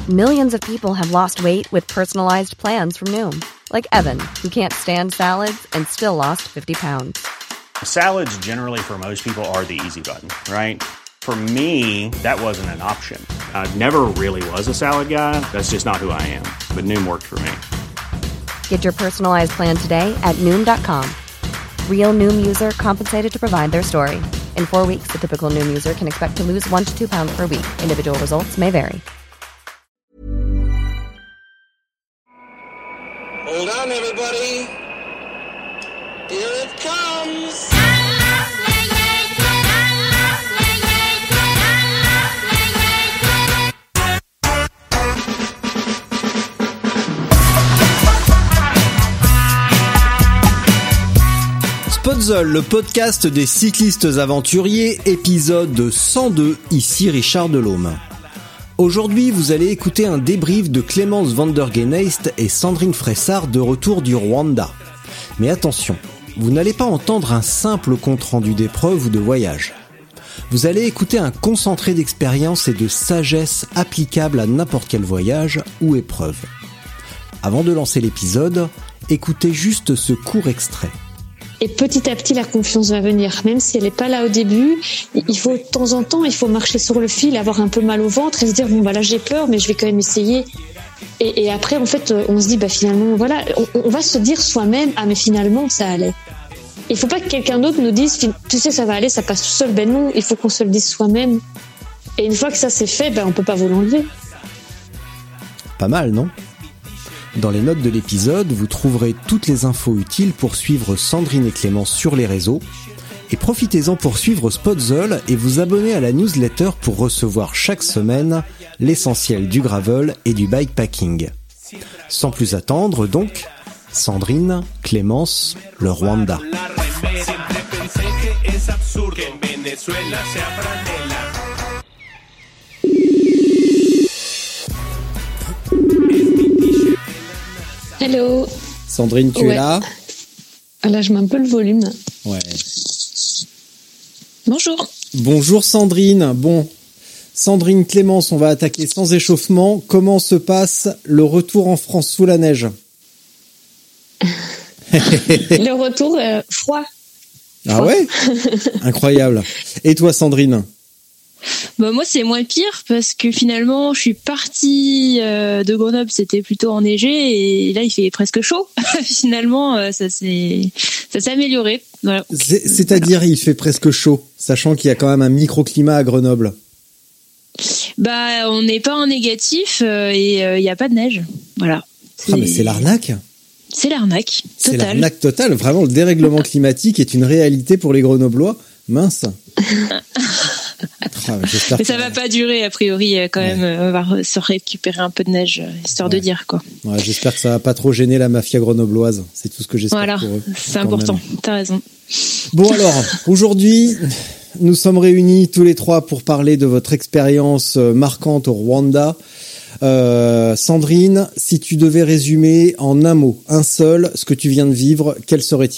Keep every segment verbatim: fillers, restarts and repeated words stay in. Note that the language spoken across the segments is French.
Millions of people have lost weight with personalized plans from Noom. Like Evan, who can't stand salads and still lost fifty pounds. Salads generally for most people are the easy button, right? For me, that wasn't an option. I never really was a salad guy. That's just not who I am. But Noom worked for me. Get your personalized plan today at Noom dot com. Real Noom user compensated to provide their story. In four weeks, the typical Noom user can expect to lose one to two pounds per week. Individual results may vary. Hold on, everybody. Here it comes. Spotzol, le podcast des cyclistes aventuriers, épisode cent deux, ici Richard Delhomme. Aujourd'hui, vous allez écouter un débrief de Clémence Van der Geneist et Sandrine Fressard de retour du Rwanda. Mais attention, vous n'allez pas entendre un simple compte-rendu d'épreuve ou de voyage. Vous allez écouter un concentré d'expérience et de sagesse applicable à n'importe quel voyage ou épreuve. Avant de lancer l'épisode, écoutez juste ce court extrait. Et petit à petit, la confiance va venir. Même si elle n'est pas là au début, il faut de temps en temps, il faut marcher sur le fil, avoir un peu mal au ventre et se dire bon bah là j'ai peur, mais je vais quand même essayer. Et, et après, en fait, on se dit bah finalement voilà, on, on va se dire soi-même ah mais finalement ça allait. Il faut pas que quelqu'un d'autre nous dise tu sais ça va aller, ça passe tout seul. Ben non, il faut qu'on se le dise soi-même. Et une fois que ça c'est fait, ben on peut pas vous l'enlever. Pas mal, non ? Dans les notes de l'épisode, vous trouverez toutes les infos utiles pour suivre Sandrine et Clémence sur les réseaux. Et profitez-en pour suivre Spotzol et vous abonner à la newsletter pour recevoir chaque semaine l'essentiel du gravel et du bikepacking. Sans plus attendre donc, Sandrine, Clémence, le Rwanda. Hello. Sandrine, tu ouais. es là ? Ah là, je mets un peu le volume. Ouais. Bonjour. Bonjour Sandrine. Bon, Sandrine, Clémence, on va attaquer sans échauffement. Comment se passe le retour en France sous la neige ? Le retour euh, froid. Ah froid. ouais ? Incroyable. Et toi Sandrine ? Bah moi c'est moins pire parce que finalement je suis partie euh, de Grenoble, c'était plutôt enneigé et là il fait presque chaud. Finalement euh, ça s'est ça s'est amélioré. Voilà. C'est, c'est-à-dire voilà. Il fait presque chaud, sachant qu'il y a quand même un microclimat à Grenoble. Bah on n'est pas en négatif euh, et il euh, y a pas de neige. Voilà. C'est... Ah mais c'est l'arnaque. C'est l'arnaque totale. C'est l'arnaque totale. Vraiment le dérèglement climatique est une réalité pour les Grenoblois. Mince. Ah, mais ça va pas durer a priori quand ouais. même. On va se récupérer un peu de neige histoire ouais. de dire quoi. Ouais, j'espère que ça va pas trop gêner la mafia grenobloise. C'est tout ce que j'espère. Voilà, pour eux, c'est important. Même. T'as raison. Bon alors, aujourd'hui, nous sommes réunis tous les trois pour parler de votre expérience marquante au Rwanda. Euh, Sandrine, si tu devais résumer en un mot, un seul, ce que tu viens de vivre, quel serait-il ?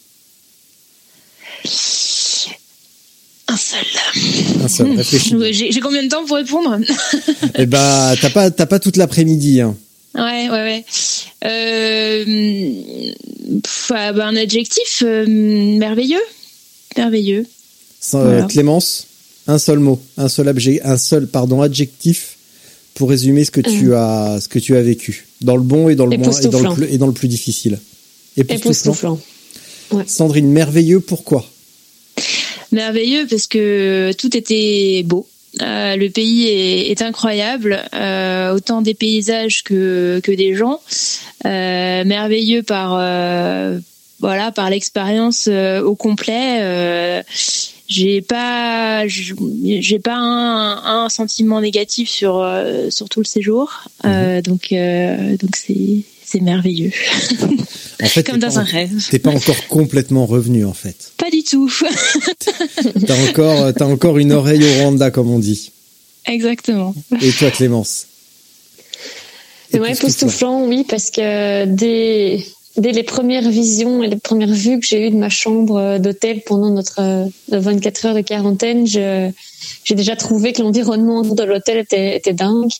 Un seul. Un seul, réfléchis. J'ai, j'ai combien de temps pour répondre ? Eh ben, t'as pas, t'as pas toute l'après-midi, hein. Ouais, ouais, ouais. Euh, pff, bah, un adjectif, euh, merveilleux. Merveilleux. Sans, voilà. euh, Clémence, un seul mot, un seul objet, un seul, pardon, adjectif pour résumer ce que tu as, ce que tu as vécu. Dans le bon et dans le moins, et dans le plus, et dans le plus difficile. Époustouflant. Ouais. Sandrine, merveilleux, pourquoi ? Merveilleux parce que tout était beau. Euh, le pays est, est incroyable, euh, autant des paysages que que des gens. Euh, merveilleux par euh, voilà par l'expérience euh, au complet. Euh, j'ai pas j'ai pas un, un sentiment négatif sur euh, sur tout le séjour. Euh, donc euh, donc c'est c'est merveilleux. En fait, comme dans un en... rêve. T'es pas encore complètement revenu, en fait. Pas du tout. T'as encore, t'as encore une oreille au Rwanda, comme on dit. Exactement. Et toi, Clémence ? C'est vrai, époustouflant, oui, parce que dès, dès les premières visions et les premières vues que j'ai eues de ma chambre d'hôtel pendant notre vingt-quatre heures de quarantaine, je, j'ai déjà trouvé que l'environnement de l'hôtel était, était dingue.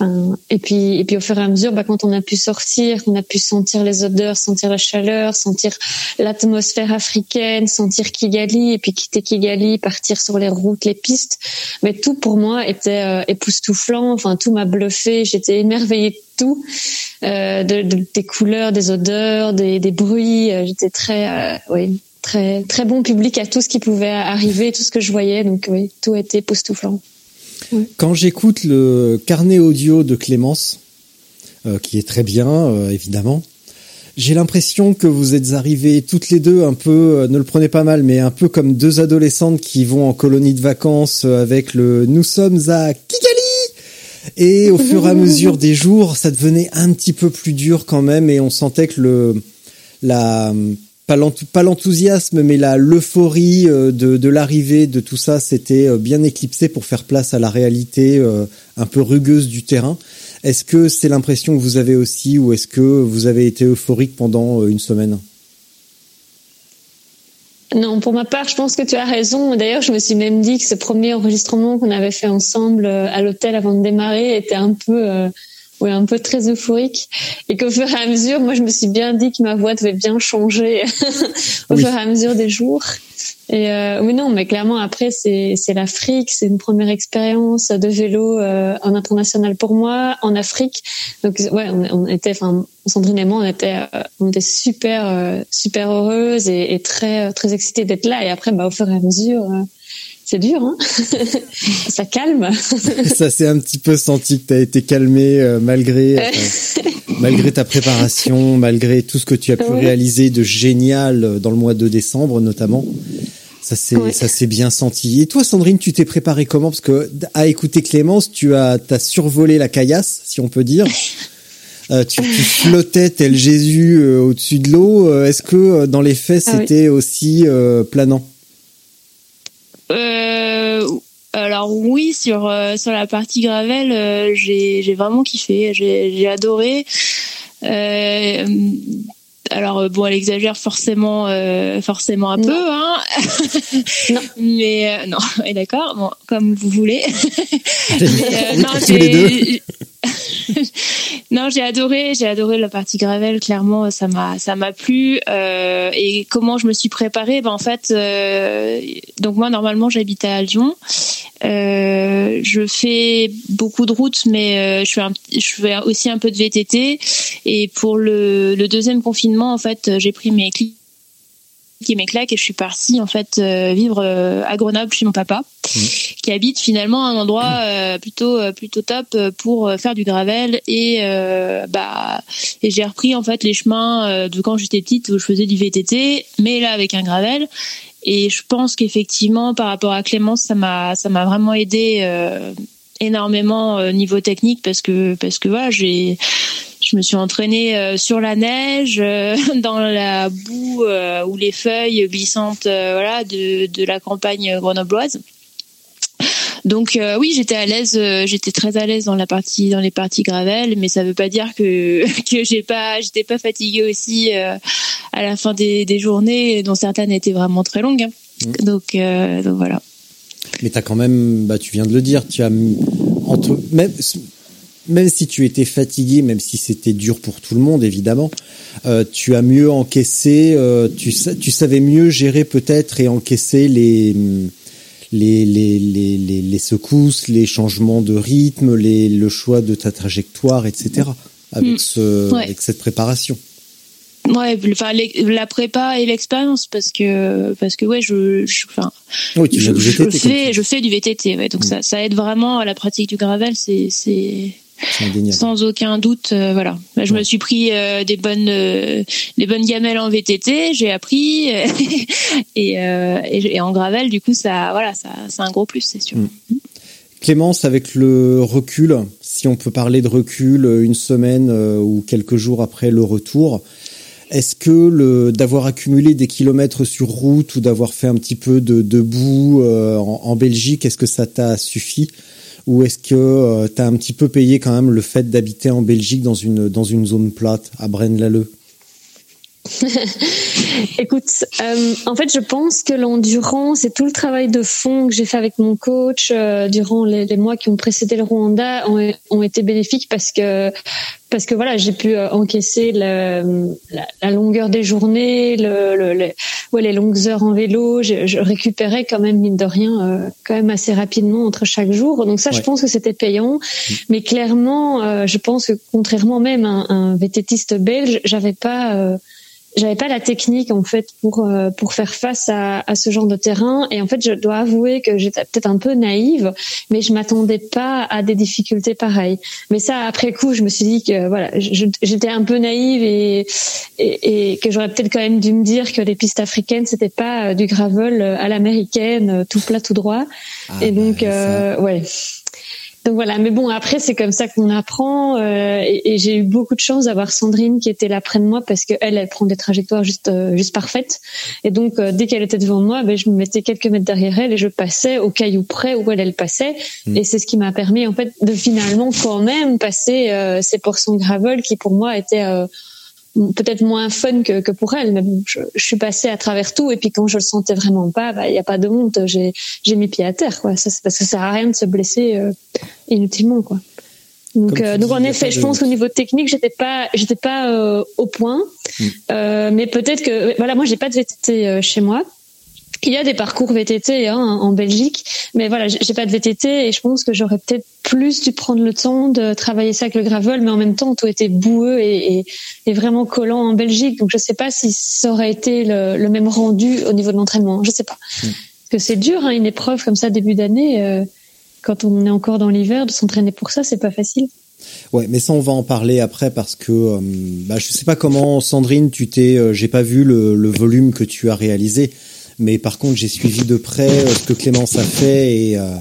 Enfin, et puis, et puis au fur et à mesure, bah, quand on a pu sortir, on a pu sentir les odeurs, sentir la chaleur, sentir l'atmosphère africaine, sentir Kigali, et puis quitter Kigali, partir sur les routes, les pistes. Mais tout pour moi était euh, époustouflant. Enfin, tout m'a bluffé. J'étais émerveillée de tout, euh, de, de, des couleurs, des odeurs, des, des bruits. J'étais très, euh, oui, très, très bon public à tout ce qui pouvait arriver, tout ce que je voyais. Donc oui, tout était époustouflant. Quand j'écoute le carnet audio de Clémence, euh, qui est très bien, euh, évidemment, j'ai l'impression que vous êtes arrivées toutes les deux un peu, euh, ne le prenez pas mal, mais un peu comme deux adolescentes qui vont en colonie de vacances avec le « nous sommes à Kigali !» Et au fur et à mesure des jours, ça devenait un petit peu plus dur quand même, et on sentait que le la pas, l'enth- pas l'enthousiasme, mais la l'euphorie de, de l'arrivée de tout ça, c'était bien éclipsé pour faire place à la réalité euh, un peu rugueuse du terrain. Est-ce que c'est l'impression que vous avez aussi, ou est-ce que vous avez été euphorique pendant une semaine ? Non, pour ma part, je pense que tu as raison. D'ailleurs, je me suis même dit que ce premier enregistrement qu'on avait fait ensemble à l'hôtel avant de démarrer était un peu... Euh Oui, un peu très euphorique, et qu'au fur et à mesure, moi, je me suis bien dit que ma voix devait bien changer au oui. fur et à mesure des jours. Et euh, oui, non, mais clairement, après, c'est c'est l'Afrique, c'est une première expérience de vélo euh, en international pour moi, en Afrique. Donc, ouais, on, on était, enfin, Sandrine et moi, on était, euh, on était super, euh, super heureuses et, et très, très excitées d'être là. Et après, bah, au fur et à mesure. Euh, C'est dur, hein. Ça calme. Ça s'est un petit peu senti que t'as été calmée euh, malgré euh, malgré ta préparation, malgré tout ce que tu as pu ouais. réaliser de génial dans le mois de décembre notamment. Ça s'est ouais. ça s'est bien senti. Et toi, Sandrine, tu t'es préparée comment ? Parce que à écouter Clémence, tu as t'as survolé la caillasse, si on peut dire. Euh, tu, tu flottais tel Jésus euh, au-dessus de l'eau. Euh, est-ce que euh, dans les faits, c'était ah oui. aussi euh, planant ? Euh, alors oui, sur euh, sur la partie gravel, euh, j'ai j'ai vraiment kiffé, j'ai j'ai adoré. Euh, alors bon, elle exagère forcément euh, forcément un non. peu, hein. Non. Mais euh, non, et d'accord, bon, comme vous voulez. Mais, euh, non, tous les deux. Non, j'ai adoré, j'ai adoré la partie gravel. Clairement, ça m'a, ça m'a plu. Euh, et comment je me suis préparée ? Ben en fait, euh, donc moi normalement j'habitais à Lyon. Euh, je fais beaucoup de routes, mais euh, je fais, un, je fais aussi un peu de V T T. Et pour le, le deuxième confinement, en fait, j'ai pris mes clics et mes claques et je suis partie en fait euh, vivre euh, à Grenoble chez mon papa, mmh. qui habite finalement à un endroit euh, plutôt euh, plutôt top pour euh, faire du gravel et euh, bah et j'ai repris en fait les chemins euh, de quand j'étais petite où je faisais du V T T, mais là avec un gravel. Et je pense qu'effectivement par rapport à Clémence, ça m'a ça m'a vraiment aidé euh, énormément euh, niveau technique parce que parce que voilà, j'ai je me suis entraînée euh, sur la neige, euh, dans la boue euh, ou les feuilles glissantes, euh, voilà, de de la campagne grenobloise. Donc euh, oui, j'étais à l'aise, euh, j'étais très à l'aise dans la partie dans les parties gravel, mais ça veut pas dire que que j'ai pas j'étais pas fatiguée aussi euh, à la fin des des journées, dont certaines étaient vraiment très longues. Hein. Mmh. Donc euh, donc voilà. Mais t'as quand même, bah tu viens de le dire, tu as entre même même si tu étais fatigué, même si c'était dur pour tout le monde évidemment, euh, tu as mieux encaissé, euh, tu tu savais mieux gérer peut-être et encaisser les Les, les, les, les, les secousses, les changements de rythme, les, le choix de ta trajectoire, et cetera. Avec, mmh. ce, ouais. avec cette préparation. Ouais, enfin, la prépa et l'expérience, parce que, parce que ouais, je, je, enfin, oui, tu je, du je, V T T, fais, je fais du V T T, ouais, donc mmh. ça, ça aide vraiment à la pratique du gravel, c'est, c'est, sans aucun doute, euh, voilà. Je ouais. me suis pris euh, des bonnes, euh, des bonnes gamelles en V T T, j'ai appris et, euh, et, et en gravel, du coup, ça, voilà, ça, c'est un gros plus, c'est sûr. Mmh. Clémence, avec le recul, si on peut parler de recul, une semaine euh, ou quelques jours après le retour, est-ce que le d'avoir accumulé des kilomètres sur route ou d'avoir fait un petit peu de, de boue euh, en, en Belgique, est-ce que ça t'a suffi ? Ou est-ce que euh, t'as un petit peu payé quand même le fait d'habiter en Belgique dans une dans une zone plate à Braine-l'Alleud ? Écoute, euh, en fait, je pense que l'endurance et tout le travail de fond que j'ai fait avec mon coach euh, durant les, les mois qui ont précédé le Rwanda ont, ont été bénéfiques parce que parce que voilà, j'ai pu euh, encaisser le, la, la longueur des journées, le, le, les, ouais, les longues heures en vélo. Je, je récupérais quand même mine de rien, euh, quand même assez rapidement entre chaque jour. Donc ça, ouais. Je pense que c'était payant. Mmh. Mais clairement, euh, je pense que contrairement même à un, un vététiste belge, j'avais pas euh, J'avais pas la technique en fait pour euh, pour faire face à, à ce genre de terrain, et en fait je dois avouer que j'étais peut-être un peu naïve, mais je m'attendais pas à des difficultés pareilles. Mais ça, après coup, je me suis dit que voilà, je, j'étais un peu naïve et, et et que j'aurais peut-être quand même dû me dire que les pistes africaines c'était pas du gravel à l'américaine, tout plat tout droit. Ah, et donc bah, euh, ouais. Donc voilà, mais bon, après c'est comme ça qu'on apprend, euh, et, et j'ai eu beaucoup de chance d'avoir Sandrine qui était là près de moi, parce que elle, elle prend des trajectoires juste euh, juste parfaites, et donc euh, dès qu'elle était devant moi, ben je me mettais quelques mètres derrière elle et je passais au caillou près où elle elle passait, mmh. Et c'est ce qui m'a permis en fait de finalement quand même passer euh, ces portions gravel qui pour moi étaient euh, peut-être moins fun que, que pour elle, mais bon, je, je suis passée à travers tout, et puis quand je le sentais vraiment pas, bah il y a pas de honte, j'ai j'ai mis pied à terre, quoi. Ça, c'est parce que ça sert à rien de se blesser euh, inutilement, quoi. Donc euh, donc dis, en effet, je pense qu'au niveau technique, j'étais pas j'étais pas euh, au point, mmh. euh, mais peut-être que voilà, moi j'ai pas de V T T euh, chez moi. Il y a des parcours V T T hein, en Belgique, mais voilà, j'ai pas de V T T, et je pense que j'aurais peut-être plus dû prendre le temps de travailler ça avec le gravel, mais en même temps tout était boueux et, et, et vraiment collant en Belgique, donc je sais pas si ça aurait été le, le même rendu au niveau de l'entraînement, je sais pas. Mmh. Parce que c'est dur, hein, une épreuve comme ça début d'année, euh, quand on est encore dans l'hiver, de s'entraîner pour ça, c'est pas facile. Ouais, mais ça on va en parler après, parce que euh, bah je sais pas comment Sandrine, tu t'es, euh, j'ai pas vu le, le volume que tu as réalisé. Mais par contre, j'ai suivi de près ce que Clémence a fait, et euh,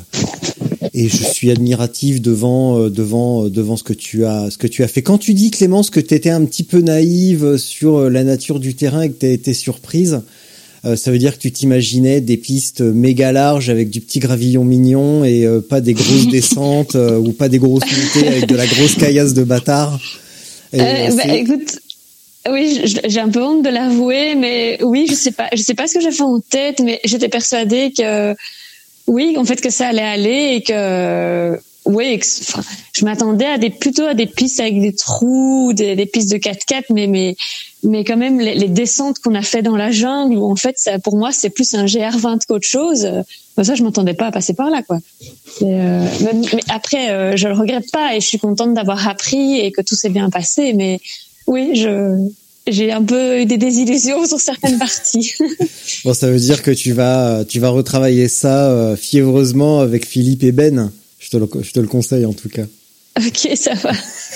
et je suis admiratif devant devant devant ce que tu as ce que tu as fait. Quand tu dis, Clémence, que tu étais un petit peu naïve sur la nature du terrain et que tu as été surprise, euh, ça veut dire que tu t'imaginais des pistes méga larges avec du petit gravillon mignon, et euh, pas des grosses descentes euh, ou pas des grosses montées avec de la grosse caillasse de bâtard. Et, euh, bah, écoute. Oui, j'ai un peu honte de l'avouer, mais oui, je sais pas, je sais pas ce que j'ai fait en tête, mais j'étais persuadée que, oui, en fait, que ça allait aller, et que, oui, que, enfin, je m'attendais à des, plutôt à des pistes avec des trous, des, des pistes de quatre-quatre, mais, mais, mais quand même, les, les descentes qu'on a fait dans la jungle, où en fait, ça, pour moi, c'est plus un G R vingt qu'autre chose. Ben ça, je m'attendais pas à passer par là, quoi. Et, euh, mais, mais après, euh, je le regrette pas, et je suis contente d'avoir appris et que tout s'est bien passé, mais, oui, je j'ai un peu eu des désillusions sur certaines parties. Bon, ça veut dire que tu vas tu vas retravailler ça euh, fiévreusement avec Philippe et Ben. Je te le je te le conseille en tout cas. Ok, ça va.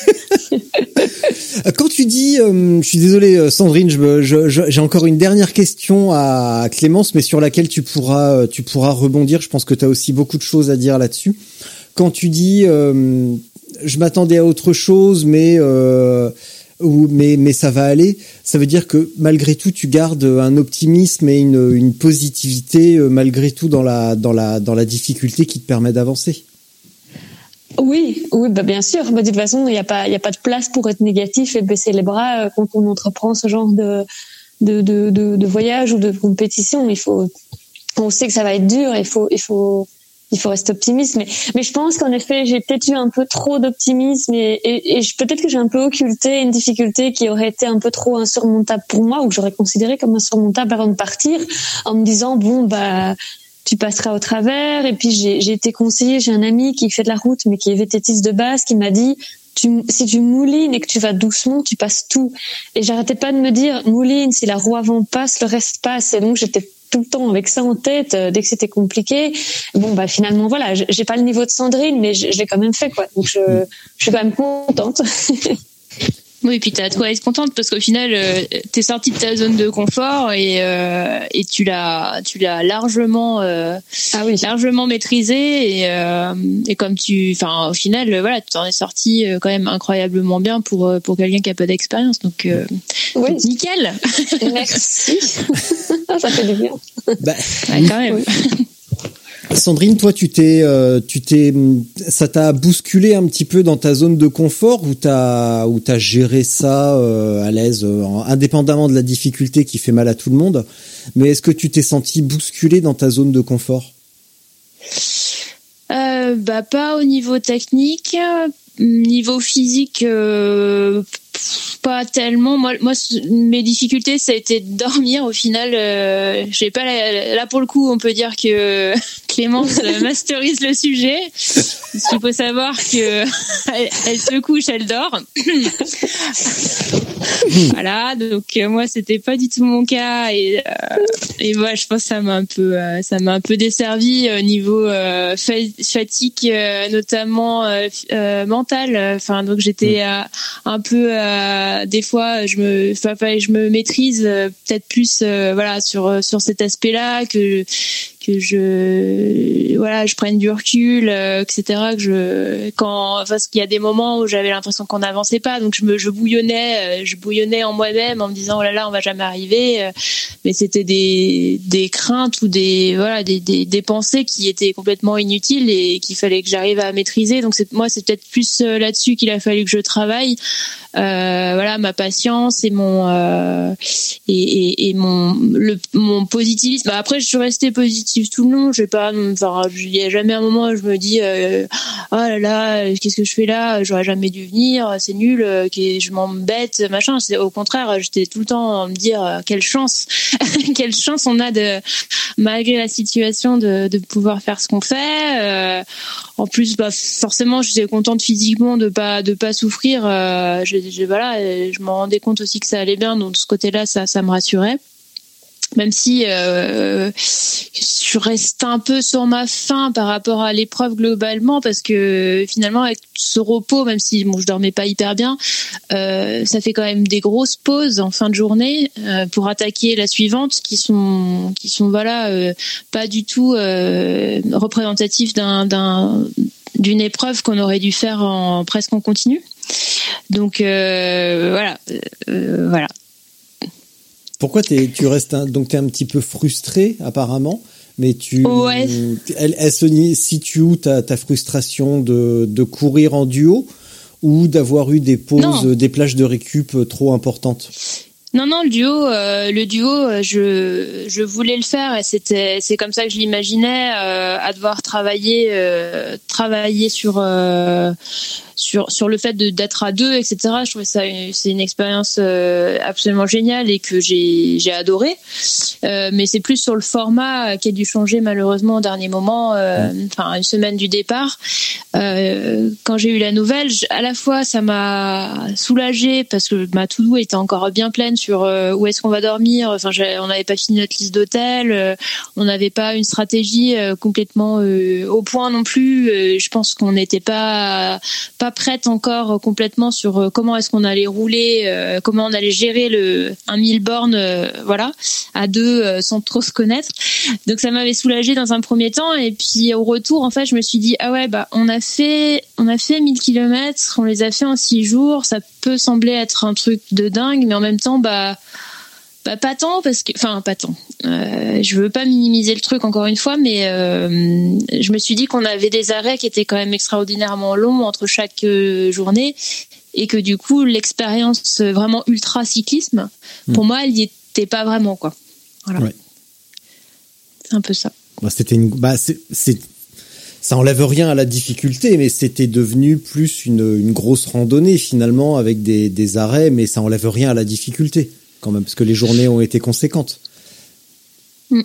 Quand tu dis, euh, je suis désolé Sandrine, je, je, je, j'ai encore une dernière question à Clémence, mais sur laquelle tu pourras tu pourras rebondir. Je pense que tu as aussi beaucoup de choses à dire là-dessus. Quand tu dis, euh, je m'attendais à autre chose, mais euh, Ou mais mais ça va aller. Ça veut dire que malgré tout, tu gardes un optimisme et une une positivité malgré tout dans la dans la dans la difficulté qui te permet d'avancer. Oui, oui, bah bien sûr. Bah de toute façon, il y a pas il y a pas de place pour être négatif et baisser les bras quand on entreprend ce genre de de de de, de voyage ou de compétition. Il faut, on sait que ça va être dur. Il faut il faut Il faut rester optimiste, mais mais je pense qu'en effet j'ai peut-être eu un peu trop d'optimisme, et et, et je, peut-être que j'ai un peu occulté une difficulté qui aurait été un peu trop insurmontable pour moi, ou que j'aurais considéré comme insurmontable avant de partir, en me disant bon bah tu passeras au travers. Et puis j'ai j'ai été conseillée, j'ai un ami qui fait de la route mais qui est vététiste de base, qui m'a dit tu, si tu moulines et que tu vas doucement, tu passes tout. Et j'arrêtais pas de me dire mouline, si la roue avant passe, le reste passe. Et donc j'étais tout le temps avec ça en tête, euh, dès que c'était compliqué. Bon bah finalement voilà, j'ai pas le niveau de Sandrine, mais je, je l'ai quand même fait, quoi. Donc je, je suis quand même contente. Oui, et puis t'as de quoi être contente, parce qu'au final euh, t'es sortie de ta zone de confort, et euh, et tu l'as tu l'as largement euh, ah oui. largement maîtrisé, et euh, et comme tu enfin au final euh, voilà, tu t'en es sortie euh, quand même incroyablement bien pour euh, pour quelqu'un qui a pas d'expérience, donc euh, oui. donc nickel. Merci. Ça fait du bien. Bah, ouais, quand même. Oui. Sandrine, toi, tu t'es, euh, tu t'es, ça t'a bousculé un petit peu dans ta zone de confort ou t'as, ou t'as géré ça euh, à l'aise, euh, indépendamment de la difficulté qui fait mal à tout le monde. Mais est-ce que tu t'es senti bousculé dans ta zone de confort ? euh, Bah pas au niveau technique, niveau physique. Euh... Pas tellement. Moi, moi, mes difficultés, ça a été de dormir. Au final, euh, j'ai pas la, là pour le coup, on peut dire que Clémence masterise le sujet. Il faut savoir que elle, elle se couche, elle dort. Voilà. Donc euh, moi, c'était pas du tout mon cas et euh, et voilà, je pense que ça m'a un peu, euh, ça m'a un peu desservi au niveau euh, fatigue, euh, notamment euh, euh, mentale. Enfin, donc j'étais euh, un peu euh, des fois je me enfin, je me maîtrise euh, peut-être plus euh, voilà sur sur cet aspect-là, que que je voilà je prenne du recul, euh, etc., que je quand parce qu'il y a des moments où j'avais l'impression qu'on n'avançait pas, donc je me je bouillonnais je bouillonnais en moi-même en me disant oh là là on va jamais arriver, mais c'était des des craintes ou des voilà des des, des pensées qui étaient complètement inutiles et qu'il fallait que j'arrive à maîtriser. Donc c'est moi c'est peut-être plus là-dessus qu'il a fallu que je travaille. Euh, voilà ma patience et mon euh, et, et, et mon le mon positivisme. Bah, après je suis restée positive tout le long. J'ai pas enfin il y a jamais un moment où je me dis euh, oh là là qu'est-ce que je fais là, j'aurais jamais dû venir, c'est nul, euh, que je m'embête machin. C'est, au contraire j'étais tout le temps à me dire euh, quelle chance quelle chance on a de malgré la situation de de pouvoir faire ce qu'on fait. Euh, en plus bah forcément j'étais contente physiquement de pas de pas souffrir. Euh, je, je voilà je me rendais compte aussi que ça allait bien, donc de ce côté-là ça ça me rassurait, même si euh, je reste un peu sur ma faim par rapport à l'épreuve globalement, parce que finalement avec ce repos, même si bon je dormais pas hyper bien, euh, ça fait quand même des grosses pauses en fin de journée euh, pour attaquer la suivante, qui sont qui sont voilà euh, pas du tout euh, représentatifs d'un d'un d'une épreuve qu'on aurait dû faire en presque en continu. Donc euh, voilà euh, voilà. Pourquoi t'es, tu restes un, donc t'es un petit peu frustré apparemment, mais tu ouais. elle, elle se situe où ta, ta frustration de, de courir en duo ou d'avoir eu des pauses, non. des plages de récup trop importantes? Non, non, le duo, euh, le duo, je, je voulais le faire et c'était, c'est comme ça que je l'imaginais, euh, à devoir travailler, euh, travailler sur, euh, sur, sur le fait de, d'être à deux, et cetera. Je trouvais ça, c'est une expérience euh, absolument géniale et que j'ai, j'ai adoré. Euh, mais c'est plus sur le format qui a dû changer malheureusement au dernier moment, euh, enfin une semaine du départ. Euh, quand j'ai eu la nouvelle, à la fois ça m'a soulagée parce que ma to-do était encore bien pleine sur euh, où est-ce qu'on va dormir. Enfin, on n'avait pas fini notre liste d'hôtels, euh, on n'avait pas une stratégie euh, complètement euh, au point non plus. Euh, je pense qu'on n'était pas pas prête encore complètement sur euh, comment est-ce qu'on allait rouler, euh, comment on allait gérer le un mille bornes, euh, voilà, à deux euh, sans trop se connaître. Donc ça m'avait soulagée dans un premier temps, et puis au retour, en fait, je me suis dit ah ouais bah on a fait on a fait mille kilomètres, on les a fait en six jours. Ça peut sembler être un truc de dingue, mais en même temps bah Bah, pas tant, parce que, enfin, pas tant. Euh, je veux pas minimiser le truc encore une fois, mais euh, je me suis dit qu'on avait des arrêts qui étaient quand même extraordinairement longs entre chaque euh, journée, et que du coup, l'expérience vraiment ultra cyclisme, mmh. pour moi, elle y était pas vraiment, quoi. Voilà. Ouais. C'est un peu ça. Bah, c'était une, bah, c'est, c'est, ça enlève rien à la difficulté, mais c'était devenu plus une, une grosse randonnée finalement avec des, des arrêts, mais ça enlève rien à la difficulté. Quand même, parce que les journées ont été conséquentes. Mmh.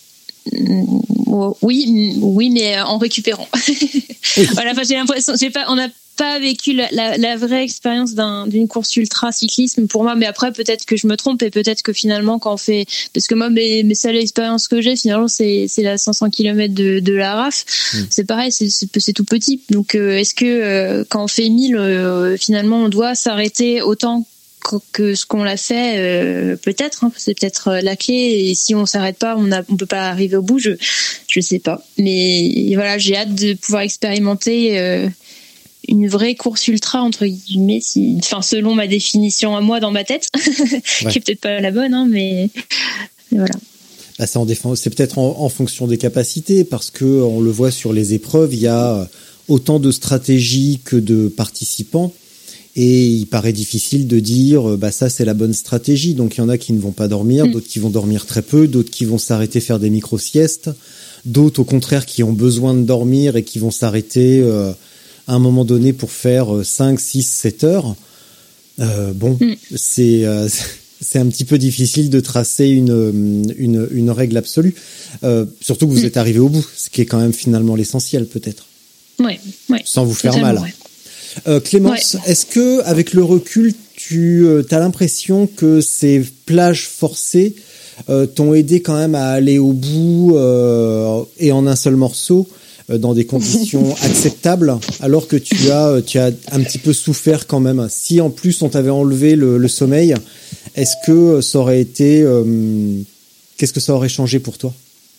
Oui, oui, mais en récupérant. Oui. Voilà, enfin, j'ai l'impression, j'ai pas, on n'a pas vécu la, la, la vraie expérience d'un, d'une course ultra cyclisme pour moi. Mais après, peut-être que je me trompe et peut-être que finalement, quand on fait, parce que moi, mes, mes seules expériences que j'ai, finalement, c'est, c'est la cinq cents kilomètres de, de la R A F. Mmh. C'est pareil, c'est, c'est, c'est tout petit. Donc, euh, est-ce que euh, quand on fait mille, euh, finalement, on doit s'arrêter autant que ce qu'on l'a fait, euh, peut-être, hein, c'est peut-être la clé, et si on s'arrête pas, on a, on peut pas arriver au bout, je, je sais pas. Mais voilà, j'ai hâte de pouvoir expérimenter euh, une vraie course ultra, entre guillemets, si, enfin, selon ma définition à moi dans ma tête, ouais. qui est peut-être pas la bonne, hein, mais, mais voilà. Bah, c'est, en défense, c'est peut-être en, en fonction des capacités, parce que on le voit sur les épreuves, il y a autant de stratégies que de participants, et il paraît difficile de dire bah ça c'est la bonne stratégie. Donc il y en a qui ne vont pas dormir, d'autres qui vont dormir très peu, d'autres qui vont s'arrêter faire des micro-siestes, d'autres au contraire qui ont besoin de dormir et qui vont s'arrêter euh, à un moment donné pour faire cinq, six, sept heures. Euh, bon, mm. c'est euh, c'est un petit peu difficile de tracer une une, une règle absolue. Euh, surtout que vous mm. êtes arrivé au bout, ce qui est quand même finalement l'essentiel peut-être. Ouais, ouais. Sans vous faire Totalement, mal. Ouais. Euh, Clémence, ouais. est-ce que avec le recul, tu euh, as l'impression que ces plages forcées euh, t'ont aidé quand même à aller au bout euh, et en un seul morceau euh, dans des conditions acceptables, alors que tu as tu as un petit peu souffert quand même. Si en plus on t'avait enlevé le, le sommeil, est-ce que ça aurait été euh, qu'est-ce que ça aurait changé pour toi?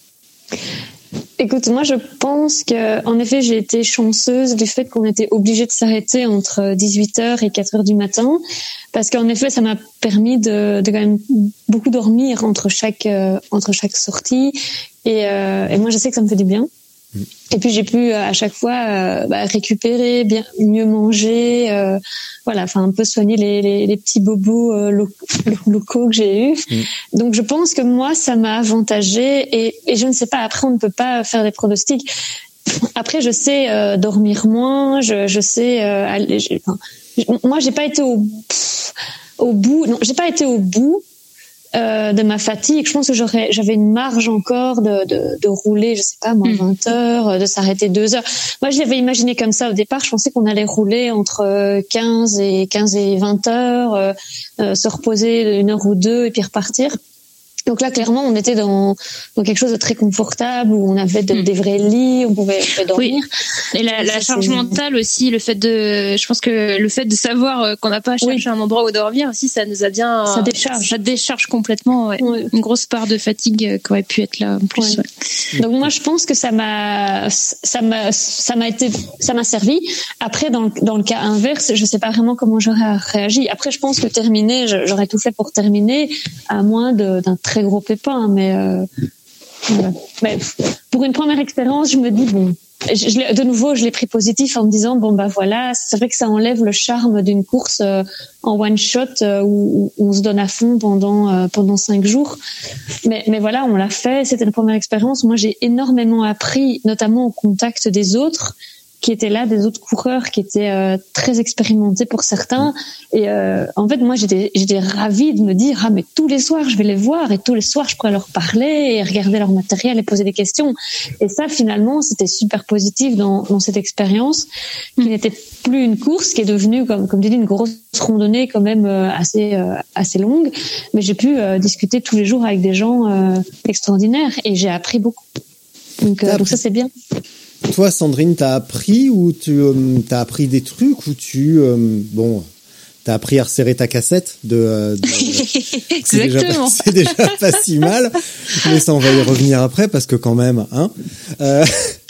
Écoute, moi je pense que, en effet, j'ai été chanceuse du fait qu'on était obligé de s'arrêter entre dix-huit heures et quatre heures du matin, parce qu'en effet, ça m'a permis de, de quand même beaucoup dormir entre chaque euh, entre chaque sortie, et, euh, et moi je sais que ça me fait du bien. Et puis j'ai pu à chaque fois euh, bah, récupérer, bien mieux manger, euh, voilà, enfin un peu soigner les, les, les petits bobos euh, lo- locaux que j'ai eus. Mmh. Donc je pense que moi ça m'a avantagée, et, et je ne sais pas, après on ne peut pas faire des pronostics. Après je sais euh, dormir moins, je, je sais euh, aller, j'ai, enfin, moi j'ai pas été au pff, au bout, non j'ai pas été au bout. Euh, de ma fatigue. Je pense que j'aurais, j'avais une marge encore de, de, de rouler, je sais pas, moi, vingt heures, de s'arrêter deux heures. Moi, je l'avais imaginé comme ça au départ. Je pensais qu'on allait rouler entre quinze et vingt heures, euh, euh, se reposer une heure ou deux et puis repartir. Donc là, clairement, on était dans, dans quelque chose de très confortable, où on avait de, des vrais lits, on pouvait, on pouvait dormir. Oui. Et la, la charge c'est... mentale aussi, le fait de, je pense que le fait de savoir qu'on n'a pas à chercher oui. un endroit où dormir aussi, ça nous a bien, ça décharge, ça décharge complètement, ouais. Oui. Une grosse part de fatigue qui aurait pu être là en plus. Oui. Ouais. Donc moi, je pense que ça m'a, ça m'a, ça m'a été, ça m'a servi. Après, dans le, dans le cas inverse, je sais pas vraiment comment j'aurais réagi. Après, je pense que terminer, j'aurais tout fait pour terminer, à moins de, d'un très gros pépin, mais, euh, voilà. Mais pour une première expérience, je me dis bon, je, je de nouveau, je l'ai pris positif en me disant bon bah voilà, c'est vrai que ça enlève le charme d'une course euh, en one shot euh, où, où on se donne à fond pendant euh, pendant cinq jours. Mais mais voilà, on l'a fait, c'était une première expérience. Moi, j'ai énormément appris, notamment au contact des autres qui étaient là, des autres coureurs qui étaient euh, très expérimentés pour certains. Et euh, en fait, moi, j'étais, j'étais ravie de me dire ah mais tous les soirs, je vais les voir, et tous les soirs, je pourrais leur parler et regarder leur matériel et poser des questions. Et ça, finalement, c'était super positif dans, dans cette expérience, qui n'était plus une course, qui est devenue, comme comme tu dis, une grosse randonnée quand même euh, assez euh, assez longue. Mais j'ai pu euh, discuter tous les jours avec des gens euh, extraordinaires, et j'ai appris beaucoup. Donc, euh, donc ça, c'est bien. Toi, Sandrine, t'as appris ou tu euh, t'as appris des trucs ou tu euh, bon t'as appris à resserrer ta cassette de, euh, de c'est déjà pas, c'est déjà pas si mal, mais ça on va y revenir après parce que quand même hein euh,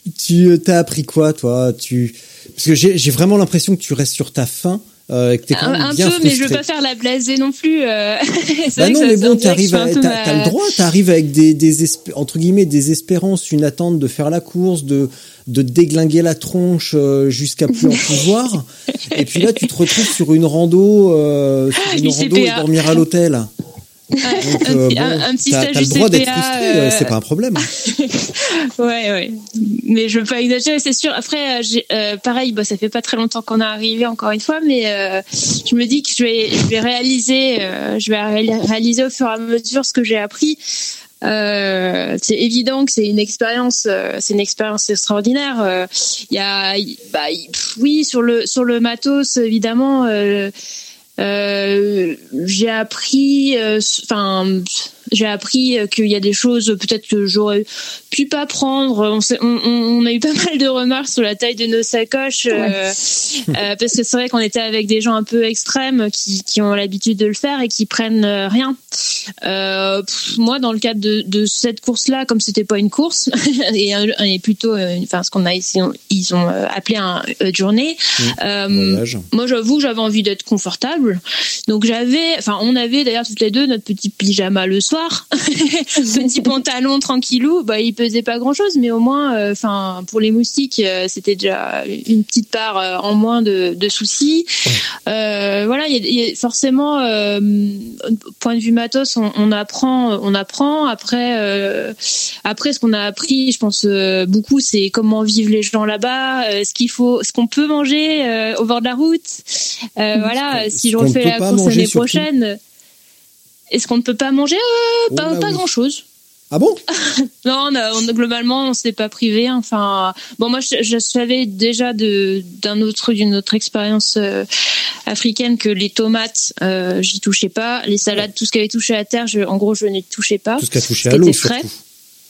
tu t'as appris quoi toi tu parce que j'ai j'ai vraiment l'impression que tu restes sur ta faim. Euh, que t'es quand même un bien peu, frustré. Mais je veux pas faire la blasée non plus. Euh... bah non, mais bon, t'arrives, à, t'as, ma... t'as le droit, t'arrives avec des, des espé- entre guillemets, des espérances, une attente de faire la course, de, de déglinguer la tronche euh, jusqu'à plus en pouvoir. Et puis là, tu te retrouves sur une rando, euh, sur une rando et dormir à l'hôtel. Donc, euh, bon, un, un petit t'as, t'as le droit d'être frustré, euh... c'est pas un problème. ouais, ouais. Mais je veux pas exagérer, c'est sûr. Après, j'ai, euh, pareil, bah, ça fait pas très longtemps qu'on est arrivé, encore une fois, mais euh, je me dis que je vais, je vais réaliser, euh, je vais réaliser au fur et à mesure ce que j'ai appris. Euh, c'est évident que c'est une expérience, euh, c'est une expérience extraordinaire. Il euh, y a, bah, y, oui, sur le sur le matos, évidemment. Euh, Euh, j'ai appris, enfin, euh, j'ai appris qu'il y a des choses peut-être que j'aurais pu pas prendre. On, on, on a eu pas mal de remarques sur la taille de nos sacoches, ouais. euh, euh, parce que c'est vrai qu'on était avec des gens un peu extrêmes qui, qui ont l'habitude de le faire et qui prennent rien. Euh, pff, moi, dans le cadre de, de cette course-là, comme c'était pas une course et, et plutôt, euh, enfin, ce qu'on a ici, ils ont appelé un euh, journée. Mmh. Euh, moi, j'avoue, j'avais envie d'être confortable, donc j'avais, enfin, on avait d'ailleurs toutes les deux notre petit pyjama le soir, petit pantalon tranquillou. Bah, il pesait pas grand-chose, mais au moins, enfin, euh, pour les moustiques, euh, c'était déjà une petite part euh, en moins de, de soucis. Euh, voilà, il y, y a forcément, euh, point de vue matos, on, on apprend, on apprend. Après, euh, après, ce qu'on a appris, je pense euh, beaucoup, c'est comment vivent les gens là-bas, euh, ce qu'il faut, ce qu'on peut manger euh, au bord de la route. Euh, voilà, si je refais la course l'année prochaine, est-ce qu'on ne peut pas manger euh, oh, Pas, pas oui. grand-chose. Ah bon? Non, on a, on a, globalement, on s'est pas privé. Enfin, bon, moi, je, je savais déjà de d'un autre d'une autre expérience euh, africaine que les tomates, euh, j'y touchais pas. Les salades, ouais. Tout ce qui avait touché à la terre, je, en gros, je n'y touchais pas. Tout ce qui a touché à l'eau, frais. Surtout.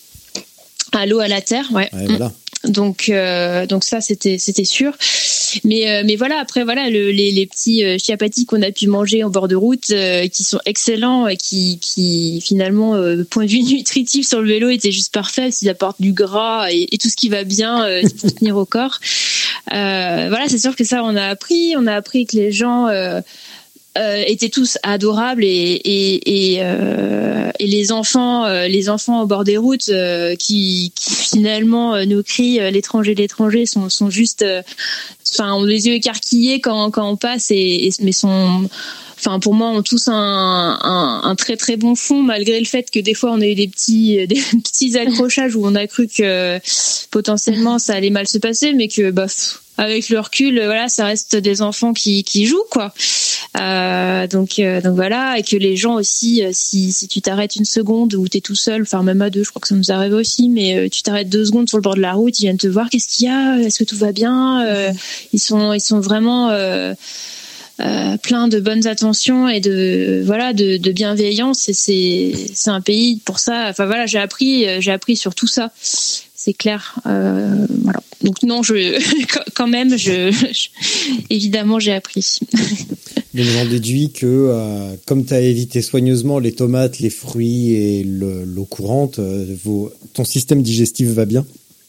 À l'eau, à la terre, ouais. Ouais, voilà. Donc, euh, donc ça, c'était, c'était sûr. Mais, euh, mais voilà, après, voilà, le, les, les petits euh, chiapatis qu'on a pu manger en bord de route, euh, qui sont excellents et qui, qui finalement, euh, point de vue nutritif sur le vélo, étaient juste parfaits. Ils apportent du gras et, et tout ce qui va bien euh, pour tenir au corps. Euh, voilà, c'est sûr que ça, on a appris. On a appris que les gens euh, euh, étaient tous adorables et, et, et, euh, et les enfants, euh, les enfants au bord des routes euh, qui, qui finalement euh, nous crient euh, l'étranger, l'étranger, sont, sont juste, euh, enfin, ont les yeux écarquillés quand, quand on passe et, et mais sont, enfin, pour moi, ont tous un, un, un très très bon fond, malgré le fait que des fois on a eu des petits, des petits accrochages où on a cru que euh, potentiellement ça allait mal se passer, mais que bah avec le recul, voilà, ça reste des enfants qui qui jouent, quoi. Euh, donc euh, donc voilà, et que les gens aussi, si si tu t'arrêtes une seconde ou t'es tout seul, enfin même à deux, je crois que ça nous arrive aussi, mais euh, tu t'arrêtes deux secondes sur le bord de la route, ils viennent te voir, qu'est-ce qu'il y a, est-ce que tout va bien, euh, ils sont ils sont vraiment euh, Euh, plein de bonnes attentions et de voilà de, de bienveillance, et c'est c'est un pays pour ça. Enfin voilà, j'ai appris j'ai appris sur tout ça, c'est clair. Euh, voilà. Donc non, je quand même je, je évidemment j'ai appris. Donc j'en déduis que euh, comme tu as évité soigneusement les tomates, les fruits et le, l'eau courante, euh, vos, ton système digestif va bien.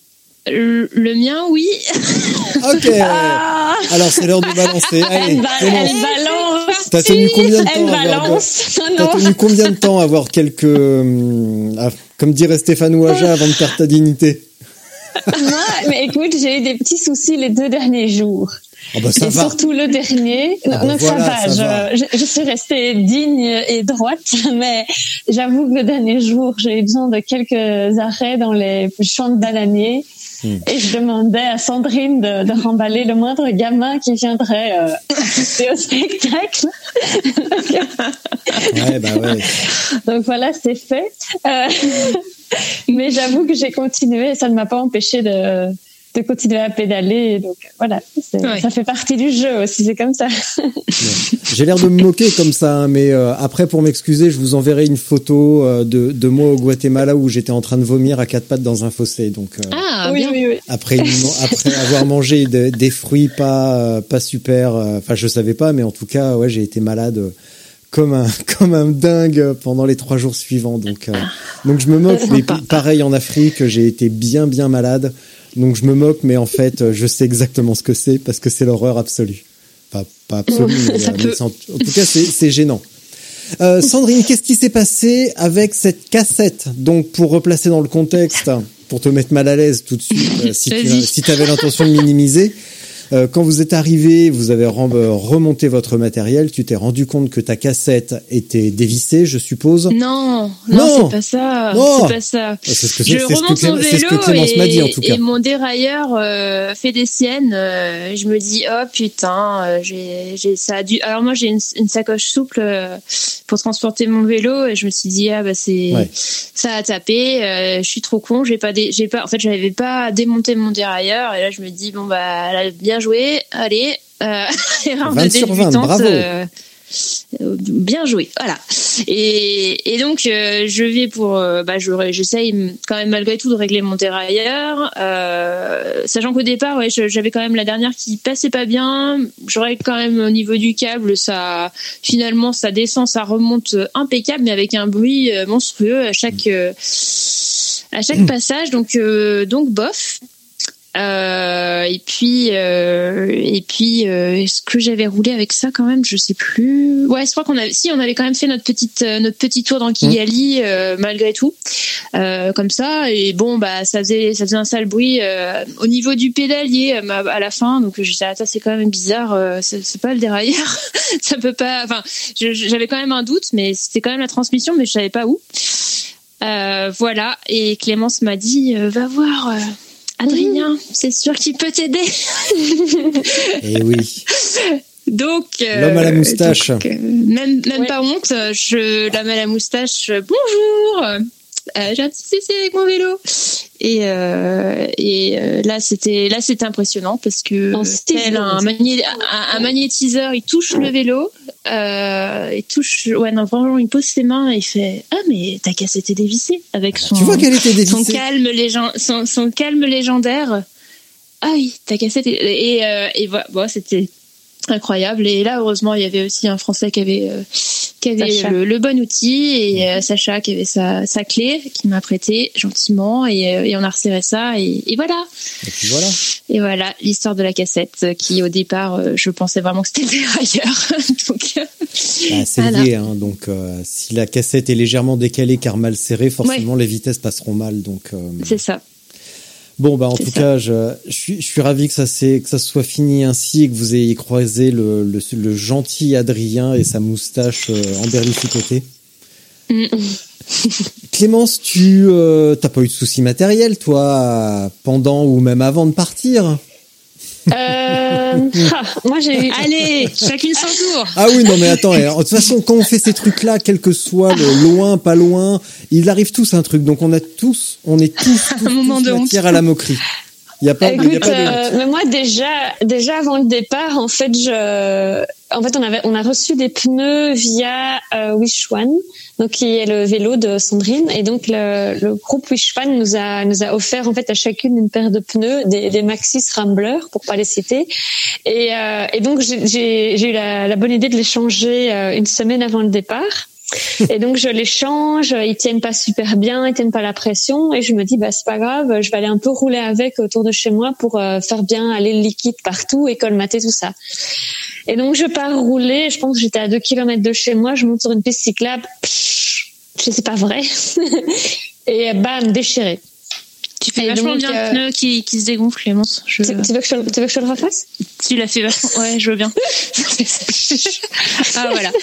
Le, le mien, oui. Ok. Ah, alors c'est l'heure de balancer. Allez, elle, elle balance. T'as tenu combien de temps elle à avoir balance. non, T'as tenu combien de temps à avoir quelques, euh, à, comme dirait Stéphane Ouaja, avant de perdre ta dignité? Moi, mais écoute, j'ai eu des petits soucis les deux derniers jours. Oh bah ça et va. Surtout le dernier. Ah bah Donc voilà, ça va. ça je, va. Je, je suis restée digne et droite, mais j'avoue que le dernier jour, j'ai eu besoin de quelques arrêts dans les champs de bananiers. Hmm. Et je demandais à Sandrine de, de remballer le moindre gamin qui viendrait euh, assister au spectacle. Ouais, bah ouais. Donc voilà, c'est fait. Euh, mais j'avoue que j'ai continué et ça ne m'a pas empêché de, de continuer à pédaler. Donc voilà, c'est, ouais. Ça fait partie du jeu aussi, c'est comme ça. Ouais. J'ai l'air de me moquer comme ça, hein, mais euh, après, pour m'excuser, je vous enverrai une photo euh, de, de moi au Guatemala où j'étais en train de vomir à quatre pattes dans un fossé. Donc, euh, ah, oui, bien. oui, oui. Après, après avoir mangé de, des fruits pas, euh, pas super, enfin, euh, je savais pas, mais en tout cas, ouais, j'ai été malade. Euh, comme un comme un dingue pendant les trois jours suivants, donc euh, donc je me moque, mais pareil en Afrique, j'ai été bien bien malade, donc je me moque, mais en fait je sais exactement ce que c'est parce que c'est l'horreur absolue, enfin pas absolue, mais, mais en, en tout cas c'est c'est gênant. Euh, Sandrine, qu'est-ce qui s'est passé avec cette cassette? Donc pour replacer dans le contexte, pour te mettre mal à l'aise tout de suite, euh, si tu si t'avais l'intention de minimiser. Euh, quand vous êtes arrivé, vous avez remonté votre matériel, tu t'es rendu compte que ta cassette était dévissée, je suppose. Non, non, non c'est pas ça. Non. C'est pas ça. C'est ce que, je c'est, c'est remonte ce que, mon vélo c'est ce que Clémence et, m'a dit en tout cas. Et mon dérailleur euh, fait des siennes. Euh, je me dis oh putain, euh, j'ai, j'ai ça a dû. Alors moi j'ai une, une sacoche souple euh, pour transporter mon vélo et je me suis dit ah bah c'est ouais. ça a tapé. Euh, je suis trop con, j'ai pas dé... j'ai pas. En fait j'avais pas démonté mon dérailleur et là je me dis bon bah elle a bien joué, allez, euh, erreur de débutante. Bravo. Euh, bien joué, voilà. Et, et donc euh, je vais pour, euh, bah, je, j'essaye quand même malgré tout de régler mon dérailleur, euh, sachant qu'au départ, ouais, j'avais quand même la dernière qui passait pas bien. Je règle quand même au niveau du câble, ça, finalement, ça descend, ça remonte impeccable, mais avec un bruit monstrueux à chaque, euh, à chaque passage. Donc, euh, donc bof. Euh, et puis euh, et puis euh, est-ce que j'avais roulé avec ça quand même, je sais plus. Ouais, je crois qu'on avait, si on avait quand même fait notre petite euh, notre petit tour dans Kigali euh, malgré tout, euh, comme ça. Et bon bah ça faisait ça faisait un sale bruit euh, au niveau du pédalier euh, à la fin. Donc je disais ah, ça c'est quand même bizarre, euh, c'est, c'est pas le dérailleur, ça peut pas. Enfin je, j'avais quand même un doute, mais c'était quand même la transmission, mais je savais pas où. Euh, voilà. Et Clémence m'a dit euh, va voir. Euh, Adrien, c'est sûr qu'il peut t'aider. Eh oui. Donc euh, l'homme à la moustache. Donc, euh, même même ouais. pas honte. Je l'homme à la moustache. Bonjour. Euh, j'ai un petit C C avec mon vélo. Et euh, et euh, là c'était là c'était impressionnant parce que tel un, magné- un, un magnétiseur, il touche le vélo, euh, il touche ouais non vraiment il pose ses mains et il fait ah mais ta cassette est dévissée avec son tu vois qu'elle était dévissée. son calme légend son, son calme légendaire. Ah oui, ta cassette est... et euh, et voilà bon, c'était incroyable. Et là heureusement il y avait aussi un Français qui avait euh, qui avait le, le bon outil et euh, Sacha qui avait sa sa clé qui m'a prêté gentiment et, euh, et on a resserré ça et, et voilà. Et puis voilà. Et voilà l'histoire de la cassette qui au départ euh, je pensais vraiment que c'était dérailleur. Donc euh, bah, c'est voilà. lié hein, donc euh, si la cassette est légèrement décalée car mal serrée, forcément ouais. les vitesses passeront mal donc euh... c'est ça. Bon bah en c'est tout ça. cas je, je suis je suis ravi que ça c'est que ça soit fini ainsi et que vous ayez croisé le le, le gentil Adrien et sa moustache euh, emberlificotée. Mm. Clémence, tu euh, t'as pas eu de soucis matériels toi pendant ou même avant de partir? Euh, ah, moi j'ai eu... Allez, chacune son tour. Ah oui, non mais attends, de toute façon quand on fait ces trucs-là, quel que soit le loin, pas loin, il arrive tous un truc. Donc on a tous, on est tous, tous, un moment tous de matière à la moquerie. Il y a pas, Écoute, y a pas de... euh, mais moi déjà, déjà avant le départ, en fait, je, en fait, on avait, on a reçu des pneus via euh, Wish One, donc qui est le vélo de Sandrine, et donc le, le groupe Wish One nous a, nous a offert en fait à chacune une paire de pneus, des, des Maxxis Rambler, pour pas les citer, et, euh, et donc j'ai, j'ai, j'ai eu la, la bonne idée de les changer euh, une semaine avant le départ. Et donc je les change, ils tiennent pas super bien, ils tiennent pas la pression et je me dis bah c'est pas grave, je vais aller un peu rouler avec autour de chez moi pour euh, faire bien aller le liquide partout et colmater tout ça. Et donc je pars rouler, je pense que j'étais à deux kilomètres de chez moi, je monte sur une piste cyclable, pff, je sais c'est pas vrai, et bam déchiré. Tu fais et vachement donc, bien euh... le pneu qui, qui se dégonfle, Clémence. Je... Tu, tu, veux que je, tu veux que je le refasse? Tu l'as fait vachement. Ouais, je veux bien. Ah voilà.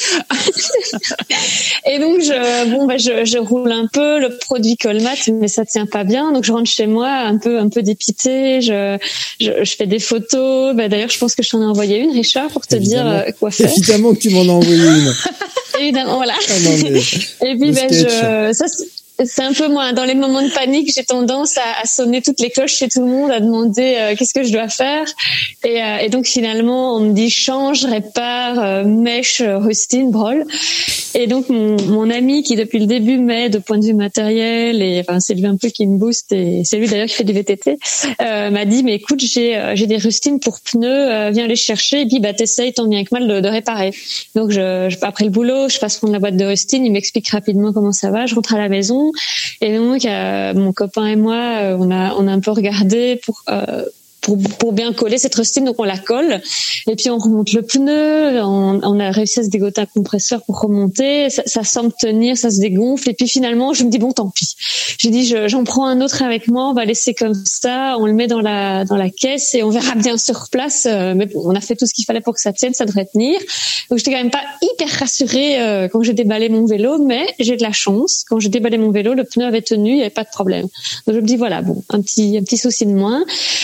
Et donc je, bon bah je, je roule un peu, le produit colmate, mais ça tient pas bien. Donc je rentre chez moi un peu un peu dépitée. Je, je, je fais des photos. Bah d'ailleurs je pense que je t'en ai envoyé une, Richard, pour te Évidemment. dire euh, quoi faire. Évidemment que tu m'en as envoyé une. Évidemment, voilà. Ah non, mais... Et puis ben bah, je, ça. C'est... C'est un peu moi, dans les moments de panique, j'ai tendance à, à sonner toutes les cloches chez tout le monde, à demander euh, qu'est-ce que je dois faire. Et, euh, et donc finalement, on me dit change, répare, euh, mèche, rustine, brole. Et donc mon, mon ami qui depuis le début m'aide au point de vue matériel, et enfin c'est lui un peu qui me booste, et c'est lui d'ailleurs qui fait du V T T, euh, m'a dit mais écoute j'ai euh, j'ai des rustines pour pneus, euh, viens les chercher et puis bah t'essayes tant bien que mal de, de réparer. Donc je, je après le boulot, je passe prendre la boîte de rustines, il m'explique rapidement comment ça va, je rentre à la maison. Et donc, euh, mon copain et moi, euh, on a, on a un peu regardé pour, euh, pour, pour bien coller cette rustine. Donc, on la colle. Et puis, on remonte le pneu. On, on a réussi à se dégoter un compresseur pour remonter. Ça, ça semble tenir, ça se dégonfle. Et puis, finalement, je me dis, bon, tant pis. J'ai dit, je, j'en prends un autre avec moi. On va laisser comme ça. On le met dans la, dans la caisse et on verra bien sur place. Euh, mais bon, on a fait tout ce qu'il fallait pour que ça tienne. Ça devrait tenir. Donc, j'étais quand même pas hyper rassurée euh, quand j'ai déballé mon vélo, mais j'ai de la chance. Quand j'ai déballé mon vélo, le pneu avait tenu, il n'y avait pas de problème. Donc, je me dis, voilà, bon, un petit, un petit souci de moins. Et alors,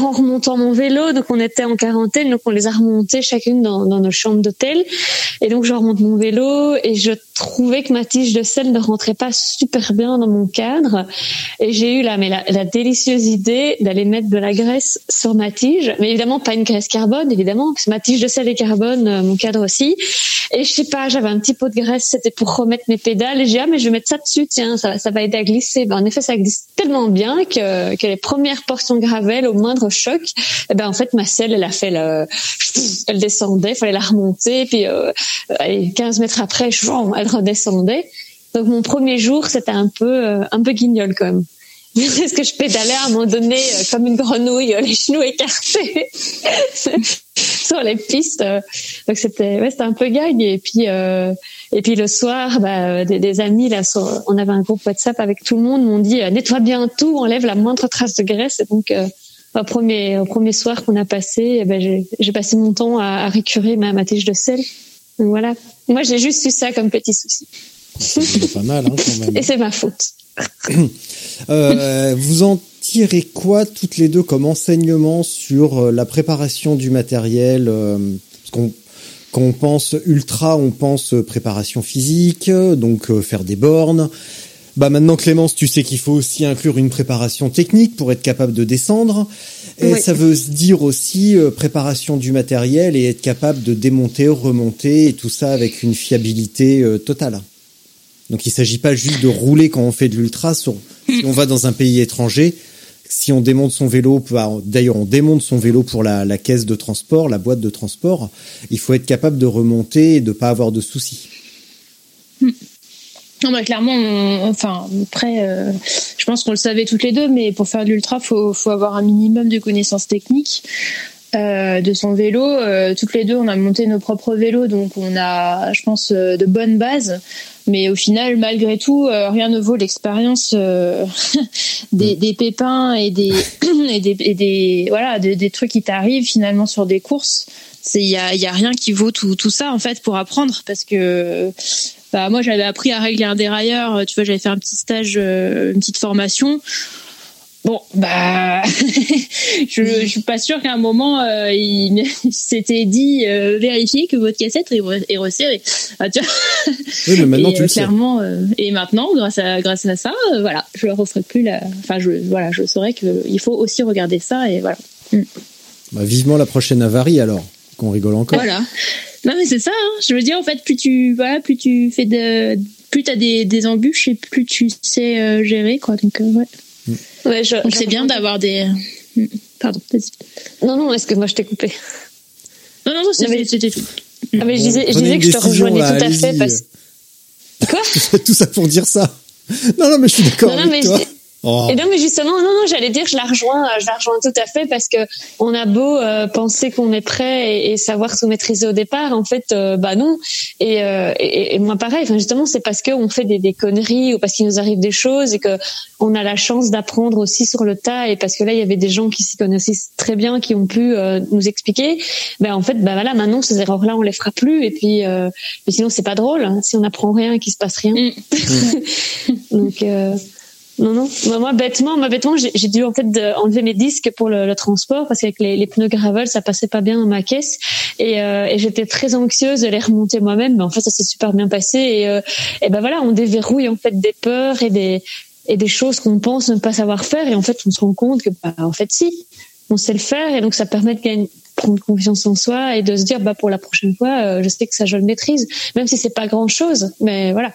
en remontant mon vélo, donc on était en quarantaine, donc on les a remontés chacune dans, dans nos chambres d'hôtel. Et donc je remonte mon vélo et je trouvais que ma tige de sel ne rentrait pas super bien dans mon cadre. Et j'ai eu là, mais la, la délicieuse idée d'aller mettre de la graisse sur ma tige. Mais évidemment, pas une graisse carbone, évidemment, parce que ma tige de sel est carbone, mon cadre aussi. Et je sais pas, j'avais un petit pot de graisse, c'était pour remettre mes pédales. Et j'ai dit, ah, mais je vais mettre ça dessus, tiens, ça, ça va aider à glisser. Ben, en effet, ça glisse tellement bien que, que les premières portions de gravel, au moindre choc, eh ben, en fait, ma selle, elle a fait le, elle descendait, il fallait la remonter. Puis, euh, quinze mètres après, elle redescendait. Donc, mon premier jour, c'était un peu, euh, un peu guignol, quand même. Parce que je pédalais à un moment donné euh, comme une grenouille, les genoux écartés sur les pistes. Donc c'était, ouais, c'était un peu gag. Et puis, euh, et puis le soir, bah, des, des amis là, sur, on avait un groupe WhatsApp avec tout le monde, m'ont dit nettoie bien tout, enlève la moindre trace de graisse. Et donc euh, au premier, au premier soir qu'on a passé, eh ben, j'ai, j'ai passé mon temps à, à récurer ma, ma tige de sel. Donc voilà. Moi, j'ai juste eu ça comme petit souci. C'est pas mal, hein, quand même. Et c'est ma faute. euh, vous en tirez quoi toutes les deux comme enseignement sur la préparation du matériel, euh, parce qu'on, quand on pense ultra, on pense préparation physique, donc euh, faire des bornes. Bah maintenant, Clémence, tu sais qu'il faut aussi inclure une préparation technique pour être capable de descendre. Et oui. Ça veut se dire aussi euh, préparation du matériel et être capable de démonter, remonter et tout ça avec une fiabilité euh, totale. Donc il s'agit pas juste de rouler quand on fait de l'ultra. Sur, si on va dans un pays étranger, si on démonte son vélo, bah, d'ailleurs on démonte son vélo pour la, la caisse de transport, la boîte de transport, il faut être capable de remonter et de pas avoir de soucis. Non, bah, clairement, on, enfin après, euh, je pense qu'on le savait toutes les deux, mais pour faire de l'ultra, faut faut avoir un minimum de connaissances techniques. Euh, de son vélo, euh, toutes les deux on a monté nos propres vélos, donc on a, je pense, euh, de bonnes bases, mais au final malgré tout euh, rien ne vaut l'expérience euh, des, des pépins et des et des, et des voilà des, des trucs qui t'arrivent finalement sur des courses. C'est il y a il y a rien qui vaut tout tout ça en fait pour apprendre, parce que bah moi j'avais appris à régler un dérailleur, tu vois, j'avais fait un petit stage, euh, une petite formation. Bon, bah, je, je suis pas sûre qu'à un moment euh, il, il s'était dit euh, vérifier que votre cassette est, est resserrée. Ah, tu vois. Oui, mais maintenant et, tu le clairement, sais. Euh, et maintenant, grâce à grâce à ça, euh, voilà, je leur referai plus la. Enfin, je voilà, je saurais que il faut aussi regarder ça et voilà. Mm. Bah, vivement la prochaine avarie alors, qu'on rigole encore. Voilà. Non mais c'est ça. Hein. Je veux dire, en fait, plus tu voilà, plus tu fais de, plus t'as des des embûches et plus tu sais euh, gérer quoi. Donc euh, ouais. Ouais, je, Donc c'est bien d'avoir des... Pardon, vas-y. Non, non, excuse-moi, je t'ai coupé. Non, non, non, c'était, non, mais... c'était tout. Ah, mais je disais, je disais que je te rejoignais là, tout à fait parce... Quoi? Tout ça pour dire ça. Non, non, mais je suis d'accord non, non, avec toi. Oh. Et non, mais justement, non, non, j'allais dire, je la rejoins, je la rejoins tout à fait, parce que on a beau euh, penser qu'on est prêt et, et savoir se maîtriser au départ, en fait, euh, bah non. Et, euh, et, et moi, pareil. Enfin, justement, c'est parce que on fait des, des conneries ou parce qu'il nous arrive des choses et que on a la chance d'apprendre aussi sur le tas. Et parce que là, il y avait des gens qui s'y connaissent très bien, qui ont pu euh, nous expliquer. Ben en fait, bah voilà, maintenant ces erreurs-là, on les fera plus. Et puis, euh, mais sinon, c'est pas drôle hein, si on n'apprend rien, qu'il se passe rien. Mm. Donc. Euh, Non, non. Moi, bêtement, moi, bêtement, j'ai, j'ai dû en fait de, enlever mes disques pour le, le transport parce qu'avec les, les pneus gravel, ça passait pas bien dans ma caisse et, euh, et j'étais très anxieuse de les remonter moi-même. Mais en fait, ça s'est super bien passé et, euh, et ben voilà, on déverrouille en fait des peurs et des et des choses qu'on pense ne pas savoir faire et en fait, on se rend compte que bah en fait si, on sait le faire et donc ça permet de gagner, prendre confiance en soi et de se dire bah pour la prochaine fois, euh, je sais que ça je le maîtrise, même si c'est pas grand-chose, mais voilà.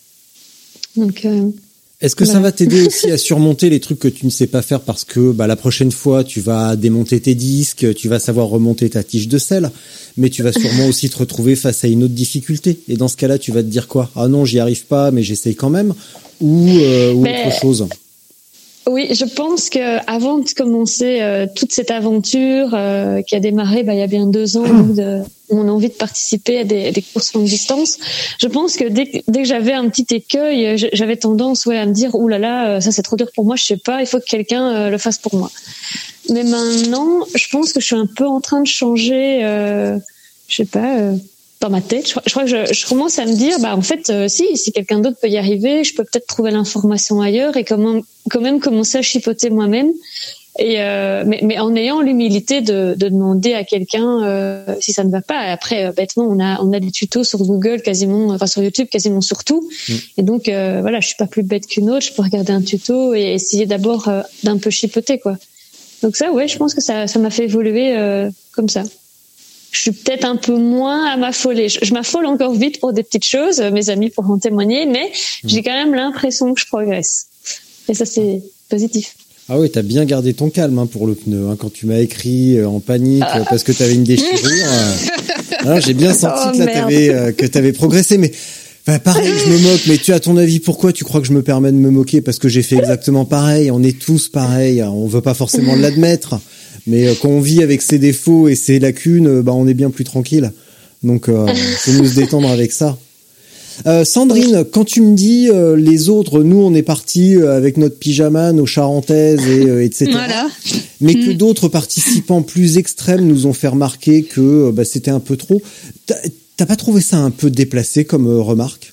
Donc euh, Est-ce que ça va t'aider aussi à surmonter les trucs que tu ne sais pas faire parce que bah, la prochaine fois, tu vas démonter tes disques, tu vas savoir remonter ta tige de sel, mais tu vas sûrement aussi te retrouver face à une autre difficulté. Et dans ce cas-là, tu vas te dire quoi ? Ah non, j'y arrive pas, mais j'essaye quand même. Ou, euh, ou mais... autre chose. Oui, je pense que avant de commencer euh, toute cette aventure euh, qui a démarré bah, il y a bien deux ans, où, de, où on a envie de participer à des, des courses longue distance, je pense que dès, dès que j'avais un petit écueil, j'avais tendance ouais, à me dire « Ouh là là, ça c'est trop dur pour moi, je sais pas, il faut que quelqu'un euh, le fasse pour moi ». Mais maintenant, je pense que je suis un peu en train de changer, euh, je sais pas... Euh, dans ma tête, je crois, je crois que je, je commence à me dire, bah en fait, euh, si, si quelqu'un d'autre peut y arriver, je peux peut-être trouver l'information ailleurs et comment, quand même commencer à chipoter moi-même Et euh, mais, mais en ayant l'humilité de, de demander à quelqu'un euh, si ça ne va pas. Après, euh, bêtement, on a on a des tutos sur Google quasiment, enfin sur YouTube quasiment sur tout. Mm. Et donc euh, voilà, je suis pas plus bête qu'une autre. Je peux regarder un tuto et essayer d'abord euh, d'un peu chipoter quoi. Donc ça, ouais, je pense que ça ça m'a fait évoluer euh, comme ça. Je suis peut-être un peu moins à m'affoler. Je, je m'affole encore vite pour des petites choses. Mes amis pourront en témoigner, mais mm. j'ai quand même l'impression que je progresse. Et ça, c'est positif. Ah oui, t'as bien gardé ton calme hein, pour le pneu. Hein, quand tu m'as écrit euh, en panique euh, parce que t'avais une déchirure, euh, alors j'ai bien senti oh, que là t'avais euh, que t'avais progressé. Mais enfin, pareil, je me moque. Mais tu à ton avis, pourquoi tu crois que je me permets de me moquer? Parce que j'ai fait exactement pareil. On est tous pareils. On veut pas forcément l'admettre, mais euh, quand on vit avec ses défauts et ses lacunes, euh, bah on est bien plus tranquille. Donc, euh, faut nous se détendre avec ça. Euh, Sandrine, quand tu me dis euh, les autres, nous on est partis euh, avec notre pyjama, nos charentaises et euh, et cetera. Voilà. Mais que mmh. d'autres participants plus extrêmes nous ont fait remarquer que euh, bah, c'était un peu trop. T'as, t'as pas trouvé ça un peu déplacé comme euh, remarque?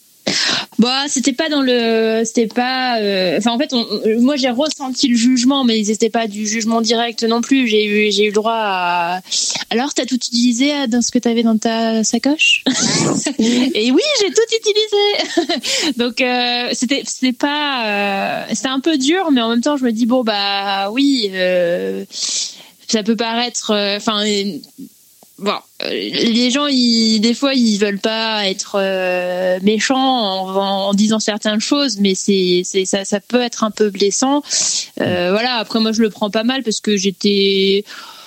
Bah, c'était pas dans le, c'était pas, euh... enfin en fait, on... moi j'ai ressenti le jugement, mais c'était pas du jugement direct non plus. J'ai eu, j'ai eu le droit à. Alors, t'as tout utilisé dans ce que t'avais dans ta sacoche? Et oui, j'ai tout utilisé. Donc euh, c'était, c'était pas, euh... c'était un peu dur, mais en même temps, je me dis bon bah oui, euh... ça peut paraître, enfin. Euh... Bon, les gens, ils, des fois, ils veulent pas être euh, méchants en, en disant certaines choses, mais c'est, c'est ça, ça peut être un peu blessant. Euh, voilà. Après, moi, je le prends pas mal parce que j'étais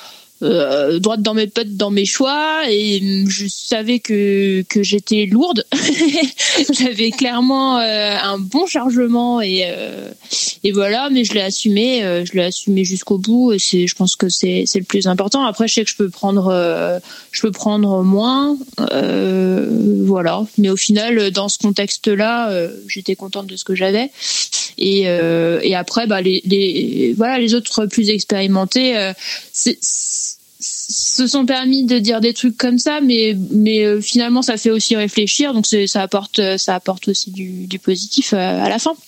euh, droite dans mes potes, dans mes choix, et je savais que que j'étais lourde. J'avais clairement euh, un bon chargement et euh, et voilà, mais je l'ai assumé, euh, je l'ai assumé jusqu'au bout. Et c'est, je pense que c'est c'est le plus important. Après, je sais que je peux prendre, euh, je peux prendre moins, euh, voilà. Mais au final, dans ce contexte-là, euh, j'étais contente de ce que j'avais. Et euh, et après, bah les les voilà, les autres plus expérimentés, euh, c'est se sont permis de dire des trucs comme ça, mais mais euh, finalement ça fait aussi réfléchir, donc c'est, ça apporte ça apporte aussi du, du positif à, à la fin.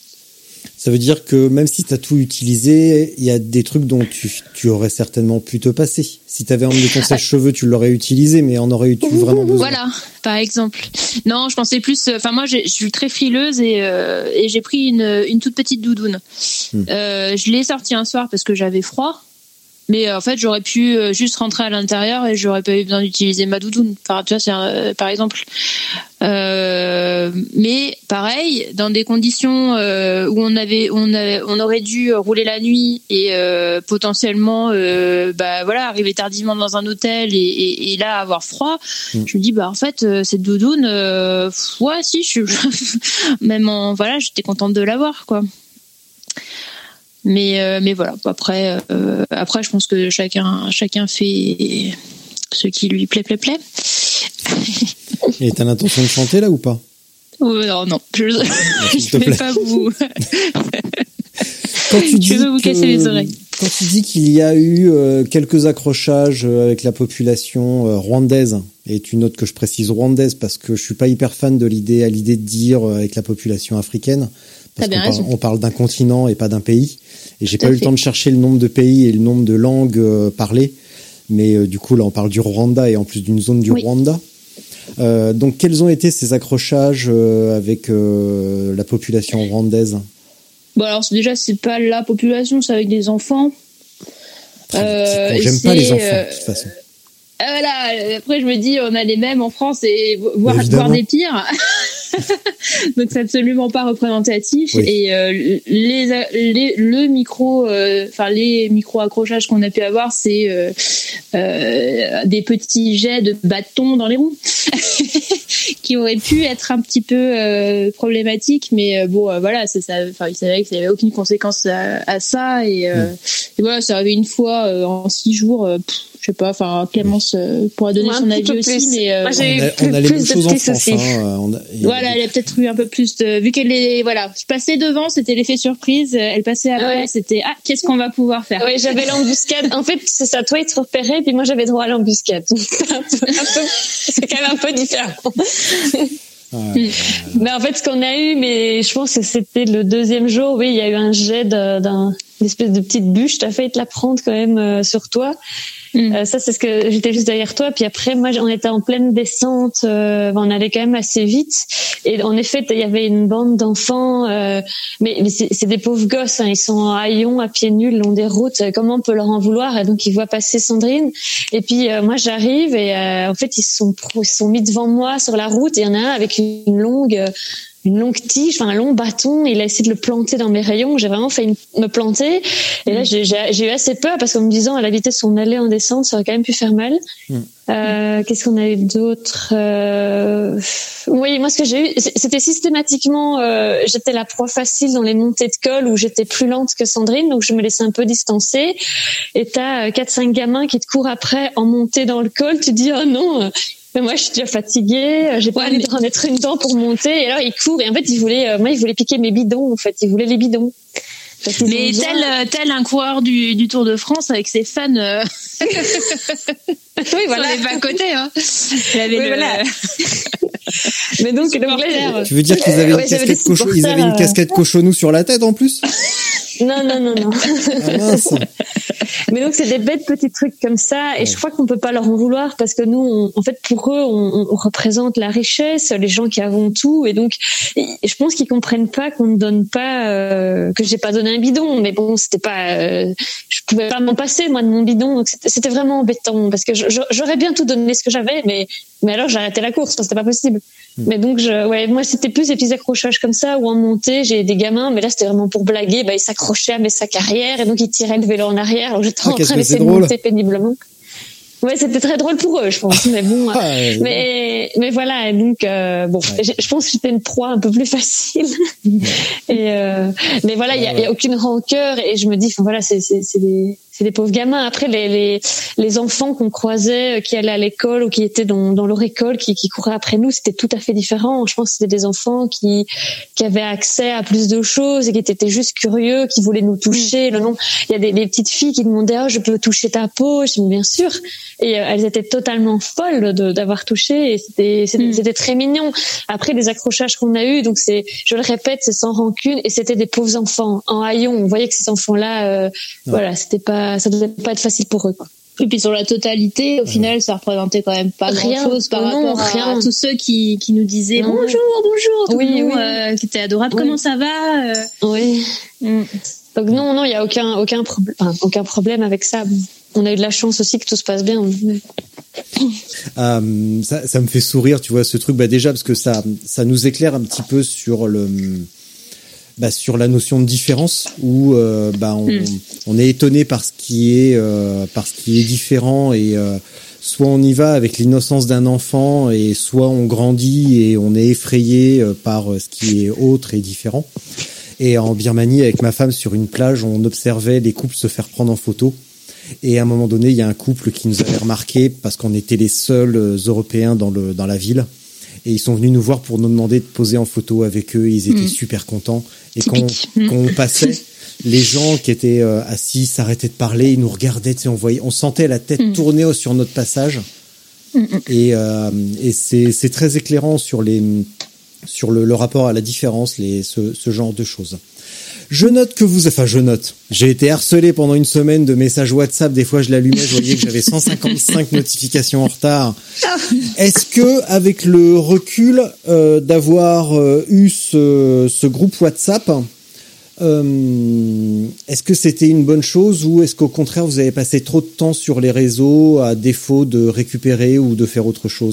Ça veut dire que même si t'as tout utilisé, il y a des trucs dont tu tu aurais certainement pu te passer. Si t'avais emmené ton sèche-cheveux, tu l'aurais utilisé, mais en aurais-tu vraiment besoin? Voilà, par exemple. Non, je pensais plus. Enfin, moi, j'ai, je suis très frileuse et euh, et j'ai pris une une toute petite doudoune. Hmm. Euh, je l'ai sortie un soir parce que j'avais froid. Mais en fait, j'aurais pu juste rentrer à l'intérieur et j'aurais pas eu besoin d'utiliser ma doudoune. Enfin, tu vois, c'est un, par exemple. Euh, mais pareil, dans des conditions euh, où on avait, on avait, on aurait dû rouler la nuit et euh, potentiellement, euh, bah voilà, arriver tardivement dans un hôtel et, et, et là avoir froid. Mmh. Je me dis, bah en fait, cette doudoune, euh, ouais, si, je, même en, voilà, j'étais contente de l'avoir, quoi. Mais euh, mais voilà, après euh, après je pense que chacun chacun fait ce qui lui plaît plaît plaît. Et t'as l'intention de chanter là ou pas? Oh, non non, je je vais pas vous. Quand tu dis je veux vous casser que, les oreilles. Quand tu dis qu'il y a eu euh, quelques accrochages avec la population euh, rwandaise, et tu notes que je précise rwandaise parce que je suis pas hyper fan de l'idée à l'idée de dire euh, avec la population africaine. Parce qu'on parle, on parle d'un continent et pas d'un pays. Et j'ai Tout pas eu fait. le temps de chercher le nombre de pays et le nombre de langues euh, parlées. Mais euh, du coup, là, on parle du Rwanda et en plus d'une zone du oui. Rwanda. Euh, donc, quels ont été ces accrochages euh, avec euh, la population rwandaise? Bon, alors déjà, c'est pas la population, c'est avec des enfants. Euh, bon, j'aime pas les enfants, de toute façon. Euh, voilà. Après, je me dis, on a les mêmes en France et voire, voire des pires. Donc c'est absolument pas représentatif. Oui. Et euh, les, les le micro enfin euh, les micro accrochages qu'on a pu avoir, c'est euh, euh, des petits jets de bâtons dans les roues qui auraient pu être un petit peu euh, problématiques, mais euh, bon euh, voilà, c'est ça, enfin il savait qu'il y avait aucune conséquence à, à ça et, euh, mmh. et voilà, ça arrivait une fois euh, en six jours euh, pff, je sais pas, enfin Clémence euh, pourra donner ouais, son avis aussi, plus. mais euh, moi j'ai on a, plus, on a les plus de petits aussi. Hein, on a, voilà, elle a peut-être eu un peu plus de, vu qu'elle est, voilà, je passais devant, c'était l'effet surprise, elle passait après, ouais. C'était, ah, qu'est-ce qu'on va pouvoir faire? Oui, j'avais l'embuscade. En fait, c'est ça, toi, ils te repéraient, puis moi, j'avais droit à l'embuscade. c'est, un peu, un peu, c'est quand même un peu différent. Ouais. Mais en fait, ce qu'on a eu, mais je pense que c'était le deuxième jour, oui, il y a eu un jet de, d'un, une espèce de petite bûche, t'as failli te la prendre quand même euh, sur toi. Mm. Euh, ça, c'est ce que j'étais juste derrière toi. Puis après, moi, on était en pleine descente. Euh, on allait quand même assez vite. Et en effet, il y avait une bande d'enfants. Euh, mais mais c'est, c'est des pauvres gosses. Hein, ils sont en haillons, à pieds nus, le long des routes. Comment on peut leur en vouloir? Et donc, ils voient passer Sandrine. Et puis, euh, moi, j'arrive et euh, en fait, ils se sont ils se sont mis devant moi sur la route. Et il y en a un avec une longue une longue tige, enfin un long bâton. Il a essayé de le planter dans mes rayons. J'ai vraiment failli me planter. Et là, j'ai, j'ai, j'ai eu assez peur parce qu'en me disant à la vitesse où on allait en descente, ça aurait quand même pu faire mal. Mm. Euh, qu'est-ce qu'on a eu d'autre euh... Oui, moi ce que j'ai eu, c'était systématiquement, euh, j'étais la proie facile dans les montées de col où j'étais plus lente que Sandrine, donc je me laissais un peu distancer. Et t'as quatre cinq gamins qui te courent après en montée dans le col. Tu te dis oh non. Mais moi, je suis déjà fatiguée, j'ai pas ouais, envie mais... de remettre une dent pour monter. Et alors, il court. Et en fait, il voulait, euh, moi, il voulait piquer mes bidons, en fait. Il voulait les bidons. Mais tel, bien... tel un coureur du, du Tour de France avec ses fans, euh... oui, voilà. Sur les bas-côtés, hein. Il avait oui, le... voilà. Mais donc, donc là, tu veux dire qu'ils avaient, ouais, une, casquette cochon... ils avaient une casquette cochonou sur la tête, en plus? Non, non, non, non. Ah, mince. Mais donc c'est des bêtes petits trucs comme ça, et ouais. Je crois qu'on peut pas leur en vouloir parce que nous, on, en fait, pour eux, on, on représente la richesse, les gens qui avons tout, et donc je pense qu'ils comprennent pas qu'on ne donne pas, euh, que j'ai pas donné un bidon, mais bon, c'était pas, euh, je pouvais pas m'en passer moi de mon bidon, donc c'était, c'était vraiment embêtant parce que je, j'aurais bien tout donné ce que j'avais, mais mais alors j'ai arrêté la course, c'était pas possible. Mmh. Mais donc je, ouais, moi c'était plus des petits accrochages comme ça où en montée j'ai des gamins, mais là c'était vraiment pour blaguer, bah ils s'accrochaient à mes sacs arrière et donc ils tiraient le vélo en arrière. Alors j'étais ah, en train d'essayer de monter péniblement. Ouais, c'était très drôle pour eux, je pense. Mais bon, ah, ouais, mais mais voilà. Et donc euh, bon, ouais. Je pense que j'étais une proie un peu plus facile. et euh, mais voilà, il y a, y a aucune rancœur et je me dis, enfin voilà, c'est c'est c'est des c'est des pauvres gamins. Après, les, les, les enfants qu'on croisait, qui allaient à l'école ou qui étaient dans, dans leur école, qui, qui couraient après nous, c'était tout à fait différent. Je pense que c'était des enfants qui, qui avaient accès à plus de choses et qui étaient juste curieux, qui voulaient nous toucher. Le nom, il y a des, des petites filles qui demandaient, oh, je peux toucher ta peau? Je dis, bien sûr. Et euh, elles étaient totalement folles de, d'avoir touché et c'était, c'était, mm. c'était très mignon. Après, les accrochages qu'on a eus, donc c'est, je le répète, c'est sans rancune et c'était des pauvres enfants en haillons. On voyait que ces enfants-là, euh, voilà, c'était pas, ça devait pas être facile pour eux, quoi. Et puis sur la totalité, au ouais. final, ça représentait quand même pas rien, grand-chose par non, rapport rien. à tous ceux qui, qui nous disaient non. bonjour, bonjour, tout oui, le monde, oui. euh, qui était adorable, oui. comment ça va euh... Oui. Mm. Donc non, non, il y a aucun, aucun problème, enfin, aucun problème avec ça. On a eu de la chance aussi que tout se passe bien. Euh, ça, ça me fait sourire, tu vois, ce truc, bah déjà parce que ça, ça nous éclaire un petit peu sur le. Bah, sur la notion de différence où euh, bah on, mm. on est étonné par ce qui est euh, par ce qui est différent et euh, soit on y va avec l'innocence d'un enfant et soit on grandit et on est effrayé par ce qui est autre et différent. Et en Birmanie avec ma femme sur une plage, on observait les couples se faire prendre en photo et à un moment donné, il y a un couple qui nous avait remarqué parce qu'on était les seuls Européens dans le dans la ville. Et ils sont venus nous voir pour nous demander de poser en photo avec eux. Ils étaient mmh. super contents. Et quand on, mmh. quand on passait, les gens qui étaient euh, assis s'arrêtaient de parler. Ils nous regardaient. Tu sais, on voyait, on sentait la tête mmh. tourner sur notre passage. Mmh. Et, euh, et c'est, c'est très éclairant sur les, sur le, le rapport à la différence, les, ce, ce genre de choses. Je note que vous, enfin je note, j'ai été harcelé pendant une semaine de messages WhatsApp, des fois je l'allumais, je voyais que j'avais cent cinquante-cinq notifications en retard. Est-ce que avec le recul euh, d'avoir euh, eu ce, ce groupe WhatsApp, euh, est-ce que c'était une bonne chose ou est-ce qu'au contraire vous avez passé trop de temps sur les réseaux à défaut de récupérer ou de faire autre chose ?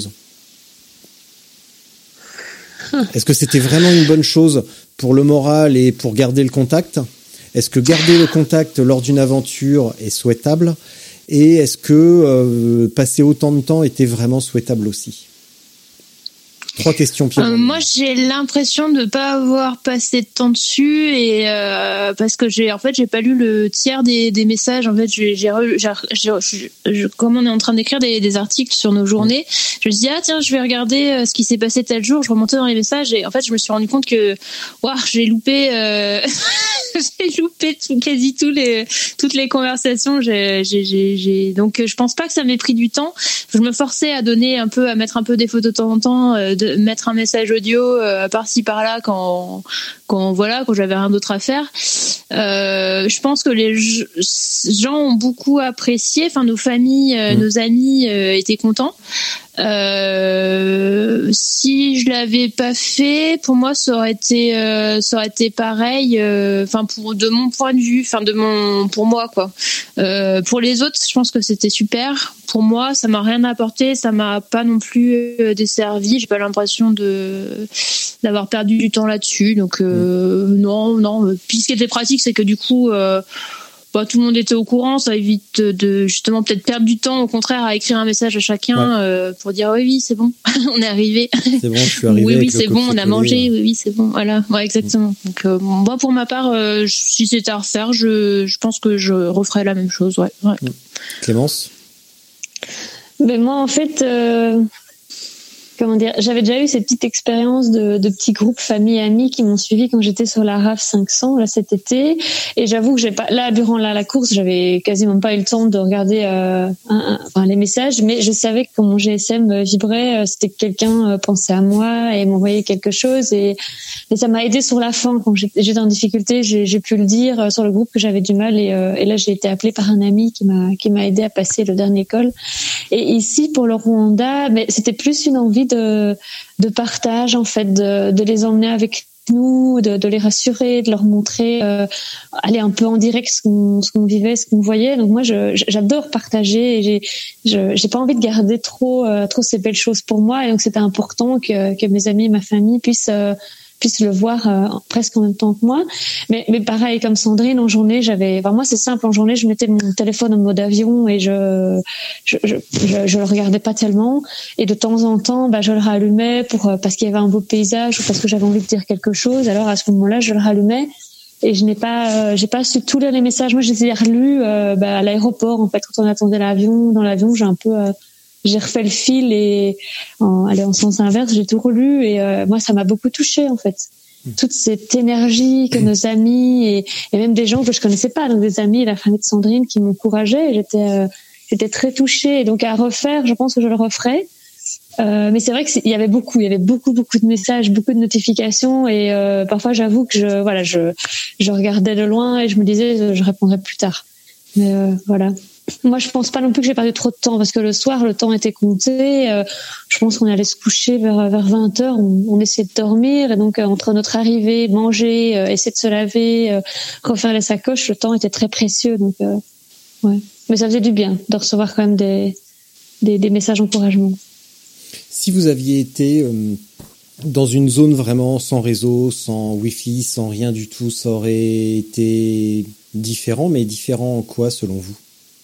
Est-ce que c'était vraiment une bonne chose pour le moral et pour garder le contact ? Est-ce que garder le contact lors d'une aventure est souhaitable ? Et est-ce que euh, passer autant de temps était vraiment souhaitable aussi ? Trois questions, Pierre. Euh, moi, j'ai l'impression de pas avoir passé de temps dessus et euh, parce que j'ai en fait j'ai pas lu le tiers des, des messages. En fait, j'ai, j'ai, j'ai, j'ai, j'ai comme on est en train d'écrire des, des articles sur nos journées, je me dis ah tiens, je vais regarder ce qui s'est passé tel jour. Je remontais dans les messages et en fait, je me suis rendu compte que waouh, j'ai loupé, euh, j'ai loupé tout, quasi tous les toutes les conversations. J'ai, j'ai, j'ai, j'ai donc je pense pas que ça m'ait pris du temps. Je me forçais à donner un peu, à mettre un peu des photos de temps en temps. De de mettre un message audio euh, par-ci par-là quand quand voilà quand j'avais rien d'autre à faire. Euh, je pense que les gens ont beaucoup apprécié. Enfin, nos familles, euh, mmh. nos amis euh, étaient contents. Euh, si je l'avais pas fait, pour moi, ça aurait été, euh, ça aurait été pareil. Enfin, euh, pour de mon point de vue, enfin de mon, pour moi quoi. Euh, pour les autres, je pense que c'était super. Pour moi, ça m'a rien apporté, ça m'a pas non plus euh, desservi. J'ai pas l'impression de d'avoir perdu du temps là-dessus. Donc euh, mmh. non, non. Puis ce qui était pratique, c'est que du coup. Euh, Bah, tout le monde était au courant, ça évite de justement peut-être perdre du temps, au contraire, à écrire un message à chacun ouais. euh, pour dire oui, oui, c'est bon, on est arrivé. C'est bon, je suis arrivé. Oui, oui, avec c'est le bon, on a mangé. Oui, oui, c'est bon. Voilà, ouais, exactement. Mmh. Donc, euh, moi, pour ma part, euh, si c'était à refaire, je, je pense que je referais la même chose. Ouais. ouais. Mmh. Clémence. Mais moi, en fait. Euh... Comment dire, j'avais déjà eu cette petite expérience de, de petits groupes famille amis qui m'ont suivi quand j'étais sur la R A F cinq cents là cet été, et j'avoue que j'ai pas là durant la, la course j'avais quasiment pas eu le temps de regarder euh, un, un, enfin, les messages, mais je savais que quand mon G S M vibrait, euh, c'était que quelqu'un euh, pensait à moi et m'envoyait quelque chose, et, et ça m'a aidé sur la fin quand j'étais, j'étais en difficulté, j'ai, j'ai pu le dire euh, sur le groupe que j'avais du mal, et, euh, et là j'ai été appelée par un ami qui m'a qui m'a aidé à passer le dernier col. Et ici pour le Rwanda, mais c'était plus une envie de de partage en fait, de de les emmener avec nous, de de les rassurer, de leur montrer euh, aller un peu en direct ce qu'on ce qu'on vivait, ce qu'on voyait. Donc moi je j'adore partager, et j'ai je j'ai pas envie de garder trop euh, trop ces belles choses pour moi, et donc c'était important que que mes amis et ma famille puissent euh, puissent le voir euh, presque en même temps que moi. Mais, mais pareil, comme Sandrine, en journée, j'avais... Enfin, moi, c'est simple, en journée, je mettais mon téléphone en mode avion et je je, je, je, je le regardais pas tellement. Et de temps en temps, bah, je le rallumais pour, parce qu'il y avait un beau paysage ou parce que j'avais envie de dire quelque chose. Alors, à ce moment-là, je le rallumais. Et je n'ai pas, euh, j'ai pas su tous lire les messages. Moi, je les ai relus euh, bah, à l'aéroport, en fait, quand on attendait l'avion. Dans l'avion, j'ai un peu... Euh, j'ai refait le fil et en, allez, en sens inverse, j'ai tout relu, et euh, moi ça m'a beaucoup touchée en fait. Mmh. Toute cette énergie que nos amis et, et même des gens que je connaissais pas, donc des amis et la famille de Sandrine qui m'encourageaient, j'étais euh, j'étais très touchée, et donc à refaire, je pense que je le referai. Euh, mais c'est vrai qu'il y avait beaucoup, il y avait beaucoup beaucoup de messages, beaucoup de notifications, et euh, parfois j'avoue que je voilà, je je regardais de loin et je me disais je répondrai plus tard. Mais euh, voilà. Moi, je pense pas non plus que j'ai perdu trop de temps, parce que le soir, le temps était compté. Euh, je pense qu'on allait se coucher vers vers vingt heures. On, on essayait de dormir, et donc euh, entre notre arrivée, manger, euh, essayer de se laver, euh, refaire les sacoches, le temps était très précieux. Donc, euh, ouais. Mais ça faisait du bien de recevoir quand même des des, des messages d'encouragement. Si vous aviez été euh, dans une zone vraiment sans réseau, sans Wi-Fi, sans rien du tout, ça aurait été différent, mais différent en quoi selon vous?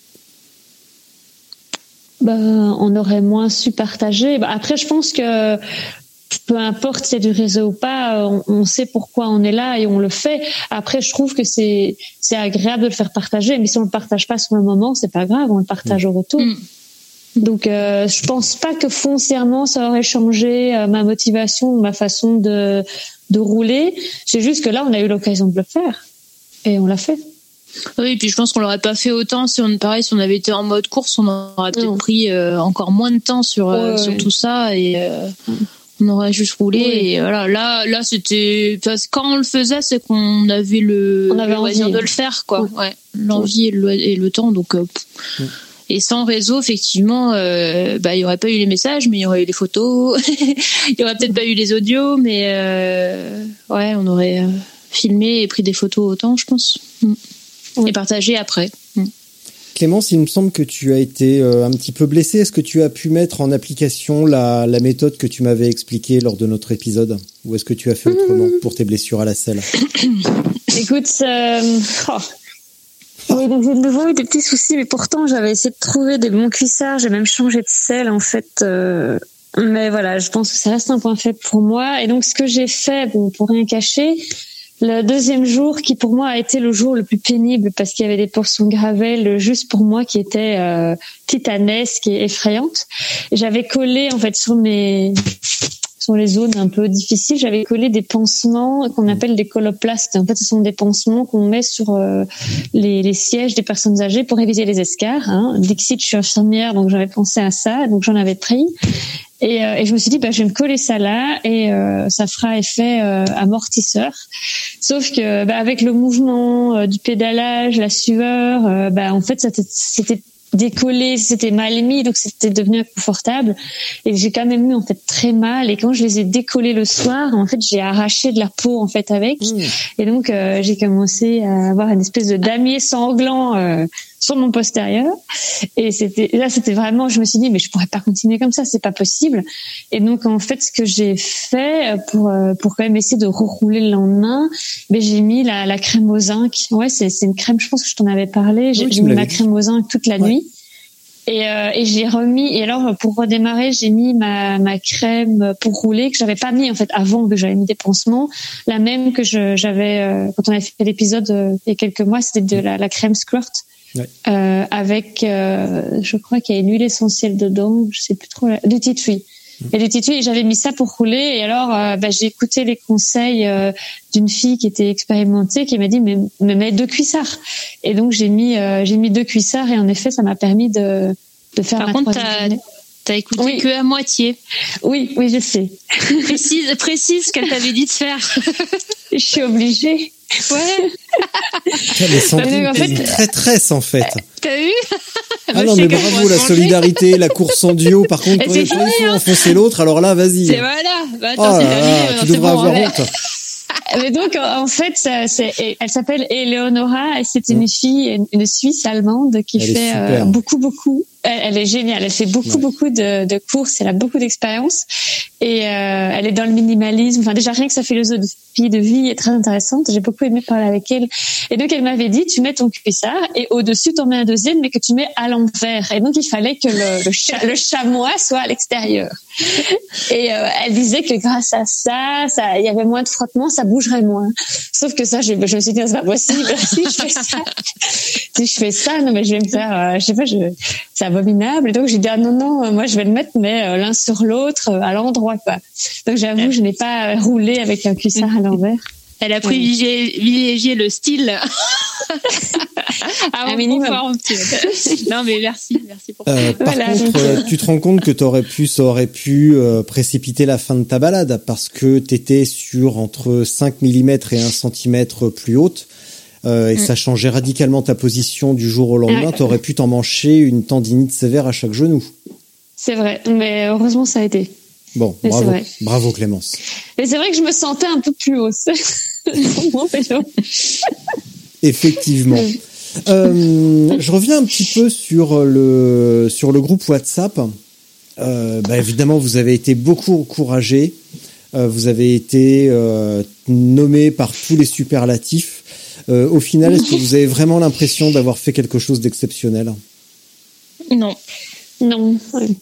Ben, on aurait moins su partager. Ben, après, je pense que peu importe s'il y a du réseau ou pas, on, on sait pourquoi on est là et on le fait. Après, je trouve que c'est c'est agréable de le faire partager, mais si on le partage pas sur le moment, c'est pas grave, on le partage au retour. Mm. Donc, euh, je pense pas que foncièrement ça aurait changé euh, ma motivation, ma façon de de rouler. C'est juste que là, on a eu l'occasion de le faire et on l'a fait. Oui, et puis je pense qu'on l'aurait pas fait autant si on, pareil, si on avait été en mode course, on aurait peut-être non. pris euh, encore moins de temps sur, euh, ouais, sur ouais. tout ça, et euh, on aurait juste roulé. Oui. Et voilà, là, là, c'était, parce que quand on le faisait, c'est qu'on avait le, on avait le loisir de le faire, quoi. Oui. Ouais, l'envie oui. et, le, et le temps, donc. Euh, oui. Et sans réseau, effectivement, euh, bah, il y aurait pas eu les messages, mais il y aurait eu les photos. Il y aurait peut-être pas eu les audios, mais euh, ouais, on aurait euh, filmé et pris des photos autant, je pense. Mm. Et partager après. Clémence, il me semble que tu as été euh, un petit peu blessée. Est-ce que tu as pu mettre en application la, la méthode que tu m'avais expliquée lors de notre épisode, ou est-ce que tu as fait autrement mmh. pour tes blessures à la selle? Écoute, euh... oh. oui, donc j'ai de nouveau eu des petits soucis, mais pourtant j'avais essayé de trouver des bons cuissards. J'ai même changé de selle en fait. Euh... Mais voilà, je pense que ça reste un point faible pour moi. Et donc ce que j'ai fait, bon, pour rien cacher, le deuxième jour, qui pour moi a été le jour le plus pénible, parce qu'il y avait des portions de gravel juste pour moi qui étaient euh, titanesques et effrayantes. J'avais collé en fait sur mes sur les zones un peu difficiles, j'avais collé des pansements qu'on appelle des coloplastes. En fait, ce sont des pansements qu'on met sur euh, les, les sièges des personnes âgées pour éviter les escarres. Hein. Dixit, je suis infirmière, donc j'avais pensé à ça, donc j'en avais pris. Et, euh, et je me suis dit, bah, je vais me coller ça là et euh, ça fera effet euh, amortisseur. Sauf que, bah, avec le mouvement euh, du pédalage, la sueur, euh, bah, en fait, ça c'était décollé, c'était mal mis, donc c'était devenu inconfortable. Et j'ai quand même eu en fait très mal. Et quand je les ai décollés le soir, en fait, j'ai arraché de la peau en fait avec. Mmh. Et donc euh, j'ai commencé à avoir une espèce de damier sanglant euh, sur mon postérieur. Et c'était là, c'était vraiment, je me suis dit, mais je pourrais pas continuer comme ça, c'est pas possible. Et donc en fait, ce que j'ai fait pour pour quand même essayer de rerouler le lendemain, ben j'ai mis la, la crème au zinc. Ouais, c'est c'est une crème. Je pense que je t'en avais parlé. J'ai, oui, j'ai mis ma crème au zinc toute la ouais. nuit. Et, euh, et j'ai remis. Et alors pour redémarrer, j'ai mis ma ma crème pour rouler que j'avais pas mis en fait avant, que j'avais mis des pansements. La même que je j'avais euh, quand on avait fait l'épisode euh, il y a quelques mois, c'était de la, la crème Squirt. Ouais. Euh, avec, euh, je crois qu'il y a une huile essentielle dedans, je sais plus trop, du tea tree. Mmh. Et du tea tree, et j'avais mis ça pour rouler. Et alors, euh, bah, j'ai écouté les conseils euh, d'une fille qui était expérimentée, qui m'a dit mais, mais mets deux cuissards. Et donc j'ai mis, euh, j'ai mis deux cuissards, et en effet, ça m'a permis de de faire. Par ma contre, t'as, t'as écouté oui. que à moitié. Oui, oui, je sais. Précise, précise ce qu'elle t'avait dit de faire. Je suis obligée. Ouais. Les Sandrine, en fait, une traîtresse en fait. T'as eu? Ah non mais bravo, la solidarité, la course en duo. Par contre, quand il faut hein. enfoncer l'autre, alors là, vas-y. C'est voilà. Bah, attends, oh c'est là là, tu devrais bon, avoir ouais. honte. Mais donc, en fait, ça, c'est, elle s'appelle Eleonora et c'est une fille, une, une Suisse allemande qui elle fait euh, beaucoup, beaucoup. Elle, elle est géniale. Elle fait beaucoup, ouais. beaucoup de, de courses. Elle a beaucoup d'expérience et euh, elle est dans le minimalisme. Enfin, déjà rien que sa philosophie de vie est très intéressante. J'ai beaucoup aimé parler avec elle. Et donc, elle m'avait dit, tu mets ton cuissard et au-dessus, tu en mets un deuxième, mais que tu mets à l'envers. Et donc, il fallait que le, le, cha- le chamois soit à l'extérieur. Et euh, elle disait que grâce à ça, ça, il y avait moins de frottement, ça bougerait moins. Sauf que ça, je, je me suis dit, c'est pas possible. Si je fais ça, si je fais ça, non mais je vais me faire, euh, je sais pas, je, c'est abominable. Et donc j'ai dit ah non non, moi je vais le mettre mais euh, l'un sur l'autre euh, à l'endroit quoi. Donc j'avoue, je n'ai pas euh, roulé avec un cuissard à l'envers. Elle a privilégié, privilégié le style. Ah, un minimum. Non mais merci, merci pour ça. Euh, par voilà, contre, euh, tu te rends compte que t'aurais pu, ça aurait pu euh, précipiter la fin de ta balade parce que t'étais sur entre cinq millimètres et un centimètre plus haute. Euh, et mm. ça changeait radicalement ta position du jour au lendemain. Ouais. T'aurais pu t'emmancher une tendinite sévère à chaque genou. C'est vrai, mais heureusement ça a été. Bon, mais bravo, bravo Clémence. Mais c'est vrai que je me sentais un peu plus haut. Effectivement. Euh, je reviens un petit peu sur le sur le groupe WhatsApp. Euh, bah évidemment, vous avez été beaucoup encouragés. Euh, vous avez été euh, nommés par tous les superlatifs. Euh, au final, est-ce que vous avez vraiment l'impression d'avoir fait quelque chose d'exceptionnel ? Non. Non.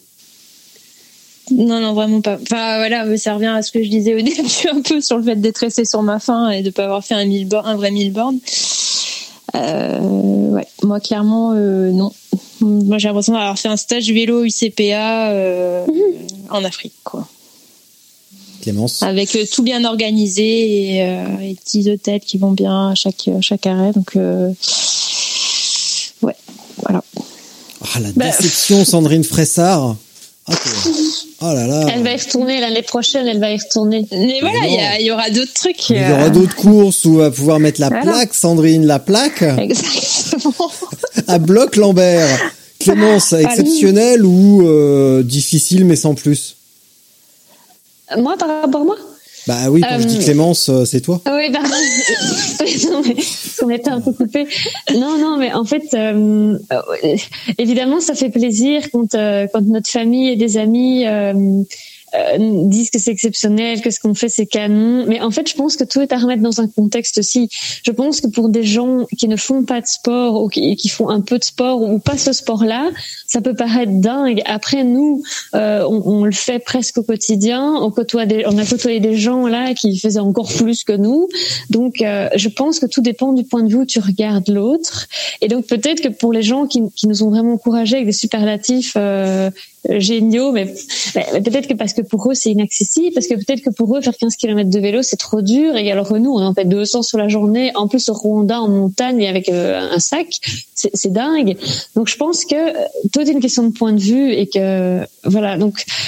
Non, non, vraiment pas. Enfin, voilà, ça revient à ce que je disais au début, un peu sur le fait d'être resté sur ma faim et de pas avoir fait un, mille bornes, un vrai mille bornes. Euh, ouais, moi, clairement, euh, non. Moi, j'ai l'impression d'avoir fait un stage vélo U C P A euh, mmh. en Afrique, quoi. Clémence. Avec euh, tout bien organisé et, euh, et petits hôtels qui vont bien à chaque, à chaque arrêt. Donc, euh, ouais, voilà. Ah, la déception, bah, Sandrine Fressard. Ah, oh là là. Elle va y retourner l'année prochaine, elle va y retourner. Mais voilà, il y, a, il y aura d'autres trucs. Il y aura d'autres courses où on va pouvoir mettre la voilà. plaque, Sandrine, la plaque. Exactement. À Bloch-Lambert. Clémence, exceptionnel ou euh, difficile mais sans plus? Moi, par rapport à moi? Bah oui, quand euh, je dis Clémence, c'est toi. Oui, pardon. Non, mais on était un peu coupé. Non, non, mais en fait, euh, euh, évidemment, ça fait plaisir quand euh, quand notre famille et des amis euh, euh, disent que c'est exceptionnel, que ce qu'on fait c'est canon. Mais en fait, je pense que tout est à remettre dans un contexte aussi. Je pense que pour des gens qui ne font pas de sport ou qui, qui font un peu de sport ou pas ce sport-là, ça peut paraître dingue. Après, nous, euh, on, on le fait presque au quotidien. On côtoie des, on a côtoyé des gens là qui faisaient encore plus que nous. Donc, euh, je pense que tout dépend du point de vue où tu regardes l'autre. Et donc, peut-être que pour les gens qui, qui nous ont vraiment encouragés avec des superlatifs euh, géniaux, mais, mais peut-être que parce que pour eux c'est inaccessible, parce que peut-être que pour eux faire quinze kilomètres de vélo c'est trop dur, et alors que nous on en fait deux cents sur la journée, en plus au Rwanda en montagne et avec euh, un sac, c'est, c'est dingue. Donc je pense que tout est une question de point de vue et que voilà, donc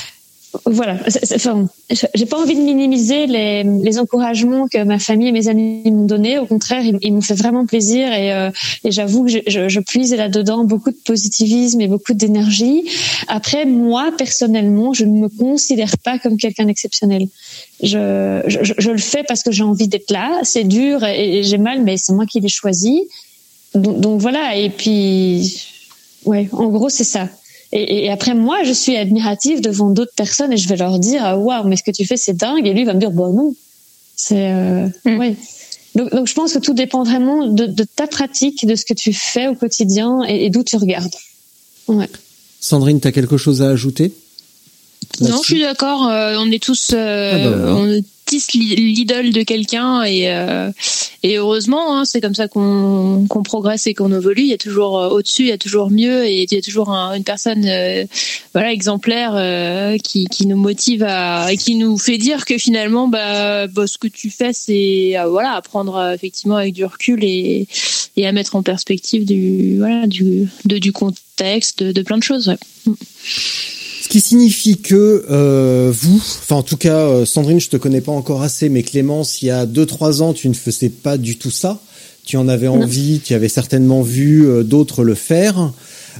Voilà, c'est, c'est, enfin, j'ai pas envie de minimiser les, les encouragements que ma famille et mes amis m'ont donnés. Au contraire, ils, ils m'ont fait vraiment plaisir et, euh, et j'avoue que je, je, je puise là-dedans beaucoup de positivisme et beaucoup d'énergie. Après, moi, personnellement, je ne me considère pas comme quelqu'un d'exceptionnel. Je, je, je le fais parce que j'ai envie d'être là. C'est dur et, et j'ai mal, mais c'est moi qui l'ai choisi. Donc, donc voilà, et puis, ouais, en gros, c'est ça. Et, et après, moi, je suis admirative devant d'autres personnes et je vais leur dire « Waouh, mais ce que tu fais, c'est dingue !» Et lui, il va me dire « Bon, non. » C'est, euh, mm. ouais. Donc, donc, je pense que tout dépend vraiment de, de ta pratique, de ce que tu fais au quotidien et, et d'où tu regardes. Ouais. Sandrine, t'as quelque chose à ajouter ? Non, je suis d'accord. Euh, on est tous, euh, ah bah, on est tous l'idole de quelqu'un et euh, et heureusement, hein, c'est comme ça qu'on qu'on progresse et qu'on évolue. Il y a toujours euh, au-dessus, il y a toujours mieux et il y a toujours un, une personne, euh, voilà, exemplaire euh, qui qui nous motive à, et qui nous fait dire que finalement, bah, bah ce que tu fais, c'est euh, voilà, à prendre euh, effectivement avec du recul et et à mettre en perspective du voilà du de du contexte, de, de plein de choses. Ouais. Ce qui signifie que euh, vous, enfin en tout cas euh, Sandrine, je te connais pas encore assez, mais Clémence, il y a deux trois ans, tu ne faisais pas du tout ça. Tu en avais envie, non. Tu avais certainement vu euh, d'autres le faire.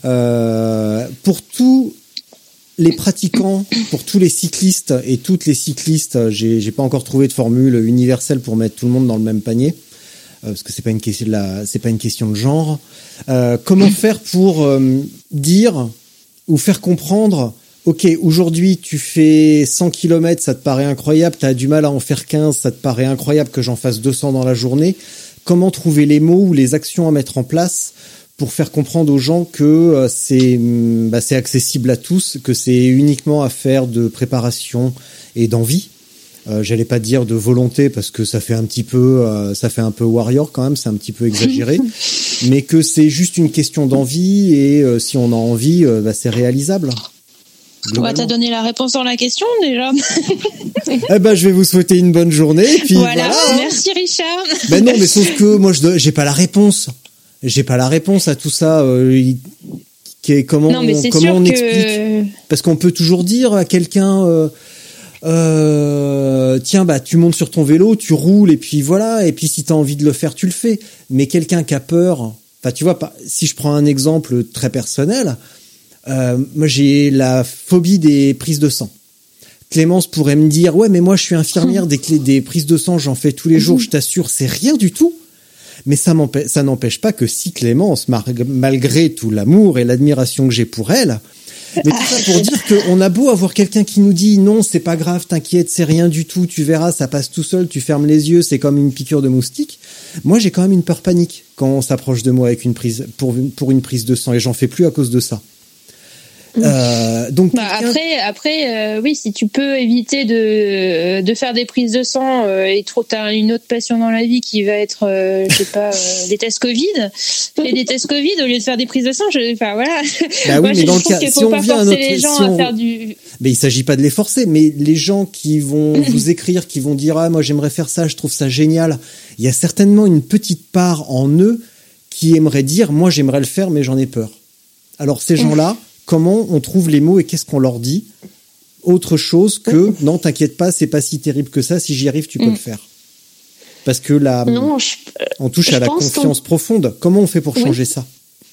Euh, pour tous les pratiquants, pour tous les cyclistes et toutes les cyclistes, j'ai, j'ai pas encore trouvé de formule universelle pour mettre tout le monde dans le même panier, euh, parce que c'est pas une question de la, c'est pas une question de genre. Euh, comment faire pour euh, dire ou faire comprendre? Ok, aujourd'hui tu fais cent kilomètres, ça te paraît incroyable, t'as du mal à en faire quinze, ça te paraît incroyable que j'en fasse deux cents dans la journée. Comment trouver les mots ou les actions à mettre en place pour faire comprendre aux gens que c'est, bah, c'est accessible à tous, que c'est uniquement affaire de préparation et d'envie. Euh, j'allais pas dire de volonté parce que ça fait un petit peu, euh, ça fait un peu warrior quand même, c'est un petit peu exagéré, mais que c'est juste une question d'envie et euh, si on a envie, euh, bah, c'est réalisable. Ouais, t'as donné la réponse dans la question déjà. Eh ben, je vais vous souhaiter une bonne journée. Et puis voilà. voilà. Merci Richard. Ben non, mais sauf que moi, je j'ai pas la réponse. J'ai pas la réponse à tout ça. Euh, qui est comment, non, mais c'est comment sûr on que... explique. Parce qu'on peut toujours dire à quelqu'un, euh, euh, tiens, bah, tu montes sur ton vélo, tu roules, et puis voilà. Et puis si t'as envie de le faire, tu le fais. Mais quelqu'un qui a peur, enfin, tu vois, si je prends un exemple très personnel. Euh, moi j'ai la phobie des prises de sang. Clémence pourrait me dire ouais mais moi je suis infirmière, des, des prises de sang j'en fais tous les jours, je t'assure c'est rien du tout, mais ça m'empêche, ça n'empêche pas que si Clémence, malgré tout l'amour et l'admiration que j'ai pour elle, mais tout ça pour dire qu'on a beau avoir quelqu'un qui nous dit non c'est pas grave, t'inquiète, c'est rien du tout, tu verras ça passe tout seul, tu fermes les yeux, c'est comme une piqûre de moustique. Moi j'ai quand même une peur panique quand on s'approche de moi avec une prise pour, pour une prise de sang et j'en fais plus à cause de ça. Euh, donc bah, après, après, euh, oui, si tu peux éviter de de faire des prises de sang euh, et trop t'as une autre passion dans la vie qui va être, euh, je sais pas, euh, des tests Covid, fais des tests Covid au lieu de faire des prises de sang. Je, enfin voilà. Bah oui, Moi, mais je dans le trouve cas, qu'il faut si on pas vient forcer à notre, les gens si on... à faire du. Mais il s'agit pas de les forcer, mais les gens qui vont vous écrire, qui vont dire ah moi j'aimerais faire ça, je trouve ça génial. Il y a certainement une petite part en eux qui aimerait dire moi j'aimerais le faire, mais j'en ai peur. Alors ces gens-là. Comment on trouve les mots et qu'est-ce qu'on leur dit? Autre chose que non, t'inquiète pas, c'est pas si terrible que ça. Si j'y arrive, tu peux mmh. le faire. Parce que là, non, je, on touche à la confiance profonde. Comment on fait pour changer oui. ça?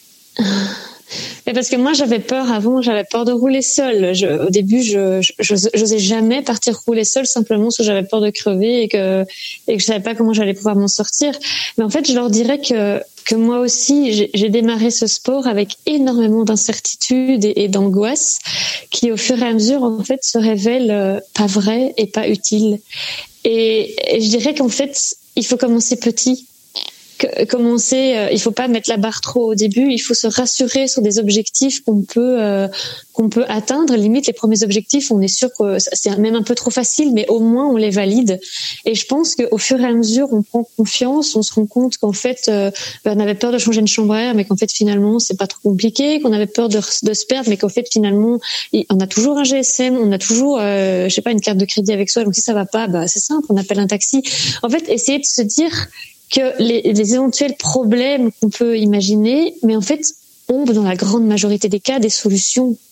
Mais parce que moi, j'avais peur avant. J'avais peur de rouler seule. Je, au début, je, je, je j'osais jamais partir rouler seule simplement parce que j'avais peur de crever et que et que je savais pas comment j'allais pouvoir m'en sortir. Mais en fait, je leur dirais que que moi aussi, j'ai, j'ai démarré ce sport avec énormément d'incertitudes et, et d'angoisse qui, au fur et à mesure, en fait, se révèlent euh, pas vraies et pas utiles. Et, et je dirais qu'en fait, il faut commencer petit. Que, commencer, euh, il faut pas mettre la barre trop au début. Il faut se rassurer sur des objectifs qu'on peut euh, qu'on peut atteindre. Limite, les premiers objectifs, on est sûr que c'est même un peu trop facile, mais au moins on les valide. Et je pense qu'au fur et à mesure, on prend confiance, on se rend compte qu'en fait, euh, on avait peur de changer une chambre à air, mais qu'en fait finalement c'est pas trop compliqué. Qu'on avait peur de, de se perdre, mais qu'en fait finalement, on a toujours un G S M, on a toujours, euh, je sais pas, une carte de crédit avec soi. Donc si ça va pas, bah c'est simple, on appelle un taxi. En fait, essayer de se dire que les, les éventuels problèmes qu'on peut imaginer, mais en fait, ont dans la grande majorité des cas des solutions.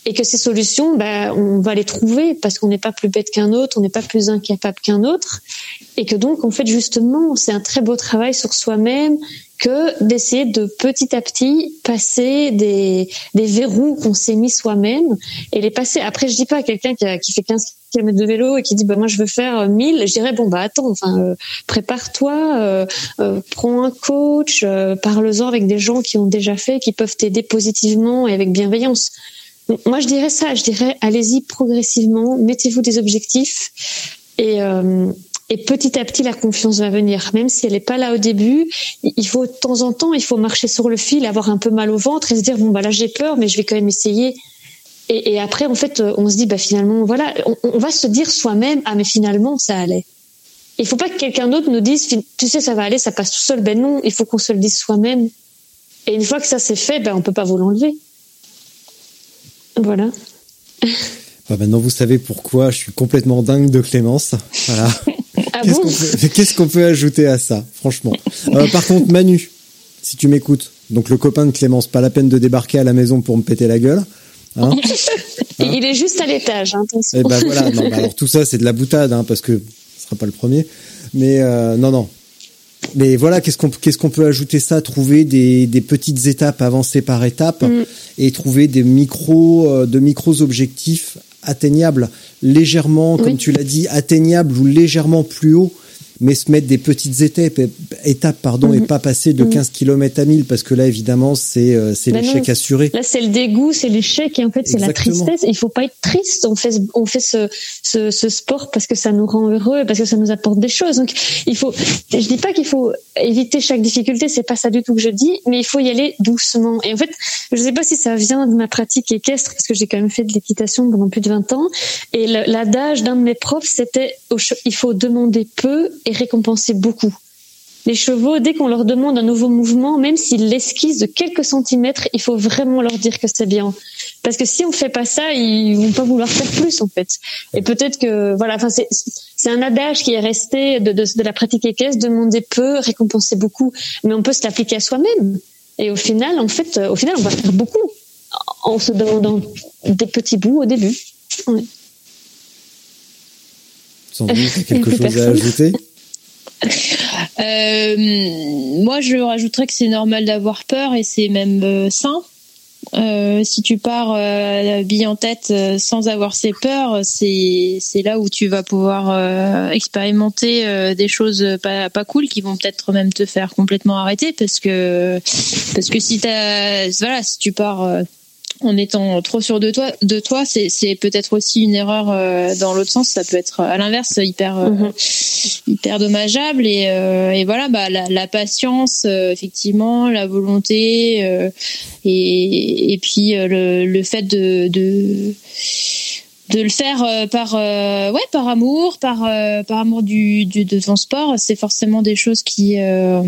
et que ces solutions, bah, on va les trouver parce qu'on n'est pas plus bête qu'un autre, on n'est pas plus incapable qu'un autre, et que donc en fait justement c'est un très beau travail sur soi-même que d'essayer de petit à petit passer des des verrous qu'on s'est mis soi-même et les passer. Après je dis pas à quelqu'un qui, a, qui fait quinze kilomètres de vélo et qui dit bah moi je veux faire mille, je dirais bon bah attends, enfin euh, prépare-toi, euh, euh, prends un coach, euh, parle-en avec des gens qui ont déjà fait, qui peuvent t'aider positivement et avec bienveillance. Moi, je dirais ça. Je dirais, allez-y progressivement, mettez-vous des objectifs et, euh, et petit à petit, la confiance va venir. Même si elle n'est pas là au début, il faut de temps en temps, il faut marcher sur le fil, avoir un peu mal au ventre et se dire bon bah là j'ai peur, mais je vais quand même essayer. Et, et après, en fait, on se dit bah finalement, voilà, on, on va se dire soi-même ah mais finalement ça allait. Il faut pas que quelqu'un d'autre nous dise tu sais ça va aller, ça passe tout seul. Ben non, il faut qu'on se le dise soi-même. Et une fois que ça c'est fait, ben on peut pas vous l'enlever. Voilà. Bah maintenant vous savez pourquoi je suis complètement dingue de Clémence. Voilà. Ah qu'est-ce, bon qu'on peut, qu'est-ce qu'on peut ajouter à ça, franchement. euh, Par contre, Manu, si tu m'écoutes, donc le copain de Clémence, pas la peine de débarquer à la maison pour me péter la gueule. Hein hein il est juste à l'étage. Hein, et ben voilà. Non, bah alors tout ça c'est de la boutade, hein, parce que ce sera pas le premier. Mais euh, non, non. Mais voilà, qu'est-ce qu'on qu'est-ce qu'on peut ajouter ça, trouver des des petites étapes, avancer par étapes, mm. et trouver des micros euh, de micros objectifs atteignables, légèrement, oui. comme tu l'as dit, atteignables ou légèrement plus haut, mais se mettre des petites étapes, étapes pardon, mm-hmm. et pas passer de quinze kilomètres à mille, parce que là, évidemment, c'est, euh, c'est ben l'échec non. assuré. Là, c'est le dégoût, c'est l'échec, et en fait, c'est Exactement. La tristesse. Il faut pas être triste. On fait, on fait ce, ce, ce sport parce que ça nous rend heureux, parce que ça nous apporte des choses. Donc, il faut, je dis pas qu'il faut éviter chaque difficulté, c'est pas ça du tout que je dis, mais il faut y aller doucement. Et en fait, je sais pas si ça vient de ma pratique équestre, parce que j'ai quand même fait de l'équitation pendant plus de vingt ans, et l'adage d'un de mes profs, c'était, il faut demander peu et récompenser beaucoup. Les chevaux, dès qu'on leur demande un nouveau mouvement, même s'ils l'esquissent de quelques centimètres, il faut vraiment leur dire que c'est bien. Parce que si on fait pas ça, ils vont pas vouloir faire plus, en fait. Et peut-être que, voilà, enfin, c'est, c'est un adage qui est resté de, de, de la pratique équestre, demander peu, récompenser beaucoup. Mais on peut se l'appliquer à soi-même. Et au final, en fait, au final, on va faire beaucoup en se demandant des petits bouts au début. Ouais. Sandrine, t'as quelque chose personne. à ajouter? Euh, moi, je rajouterais que c'est normal d'avoir peur et c'est même euh, sain. Euh, si tu pars euh, bille en tête euh, sans avoir ces peurs, c'est c'est là où tu vas pouvoir euh, expérimenter euh, des choses pas pas cool qui vont peut-être même te faire complètement arrêter parce que parce que si t'as voilà si tu pars euh, en étant trop sûr de toi, de toi, c'est, c'est peut-être aussi une erreur euh, dans l'autre sens. Ça peut être à l'inverse hyper, euh, mm-hmm. hyper dommageable. Et, euh, et voilà, bah la, la patience, euh, effectivement, la volonté, euh, et, et puis euh, le, le fait de, de de le faire euh, par euh, ouais par amour, par euh, par amour du, du de ton sport. C'est forcément des choses qui euh,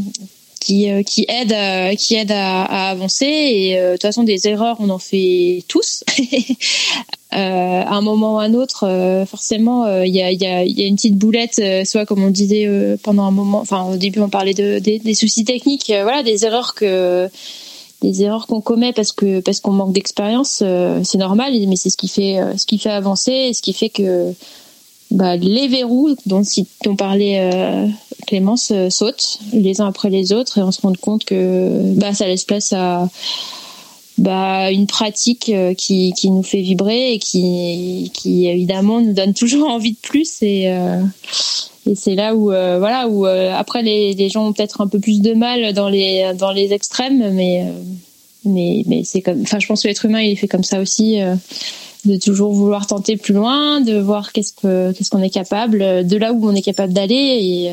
qui euh, qui aide à, qui aide à, à avancer et euh, de toute façon des erreurs on en fait tous euh, à un moment ou à un autre euh, forcément il euh, y a il y a il y a une petite boulette euh, soit comme on disait euh, pendant un moment enfin au début on parlait de des, des soucis techniques euh, voilà des erreurs que des erreurs qu'on commet parce que parce qu'on manque d'expérience euh, c'est normal mais c'est ce qui fait euh, ce qui fait avancer et ce qui fait que bah, les verrous dont, dont parlait euh, Clémence euh, sautent les uns après les autres et on se rend compte que bah, ça laisse place à bah, une pratique euh, qui, qui nous fait vibrer et qui, qui évidemment nous donne toujours envie de plus et, euh, et c'est là où, euh, voilà, où euh, après les, les gens ont peut-être un peu plus de mal dans les, dans les extrêmes mais, euh, mais, mais c'est comme, enfin, je pense que l'être humain il est fait comme ça aussi euh, de toujours vouloir tenter plus loin, de voir qu'est-ce que qu'est-ce qu'on est capable, de là où on est capable d'aller et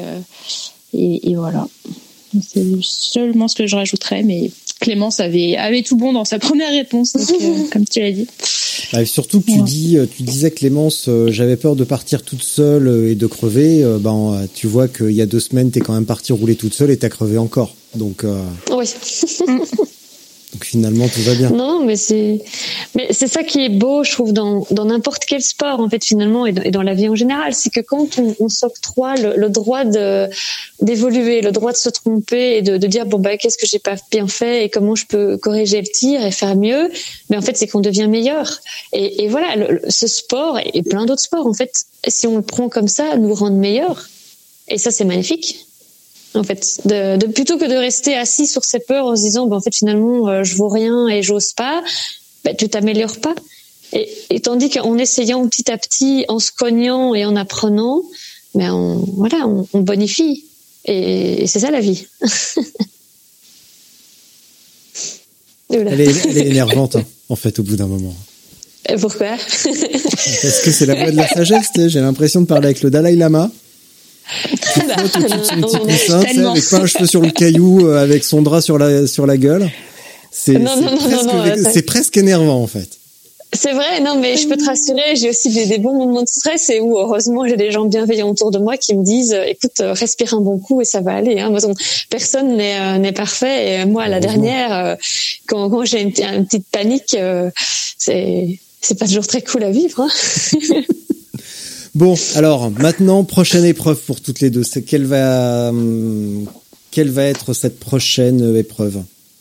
et, et voilà. C'est seulement ce que je rajouterais, mais Clémence avait avait tout bon dans sa première réponse, donc, euh, comme tu l'as dit. Ah, surtout que tu ouais. dis, tu disais Clémence, euh, j'avais peur de partir toute seule et de crever. Euh, ben, tu vois qu'il y a deux semaines, t'es quand même partie rouler toute seule et t'as crevé encore. Donc. Euh... Oui. Donc finalement tout va bien. Non, mais c'est, mais c'est ça qui est beau, je trouve, dans dans n'importe quel sport en fait finalement et dans, et dans la vie en général, c'est que quand on, on s'octroie le, le droit de d'évoluer, le droit de se tromper et de, de dire bon bah qu'est-ce que j'ai pas bien fait et comment je peux corriger le tir et faire mieux, mais en fait c'est qu'on devient meilleur. Et, et voilà, le, ce sport et plein d'autres sports en fait, si on le prend comme ça, nous rendent meilleurs. Et ça c'est magnifique. En fait, de, de plutôt que de rester assis sur ses peurs en se disant, ben en fait finalement euh, je vaux rien et j'ose pas, ben tu t'améliores pas. Et, et tandis qu'en essayant petit à petit, en se cognant et en apprenant, ben on, voilà, on, on bonifie. Et, et c'est ça la vie. elle, est, elle est énervante hein, en fait au bout d'un moment. Et pourquoi? Parce que c'est la voix de la sagesse. J'ai l'impression de parler avec le Dalai Lama. Qui flotte au-dessus de son petit coussin, avec pas un cheveu sur le caillou, euh, avec son drap sur la sur la gueule. C'est, non, c'est, non, presque, non, non, non, c'est presque énervant en fait. C'est vrai, non, mais je peux te rassurer, j'ai aussi des, des bons moments de stress et où heureusement j'ai des gens bienveillants autour de moi qui me disent, écoute, respire un bon coup et ça va aller. Hein. Personne n'est, euh, n'est parfait. Et moi, la dernière, euh, quand, quand j'ai une, une petite panique, euh, c'est c'est pas toujours très cool à vivre. Hein. Bon, alors maintenant, prochaine épreuve pour toutes les deux. C'est quelle va, hum, quelle va être cette prochaine épreuve?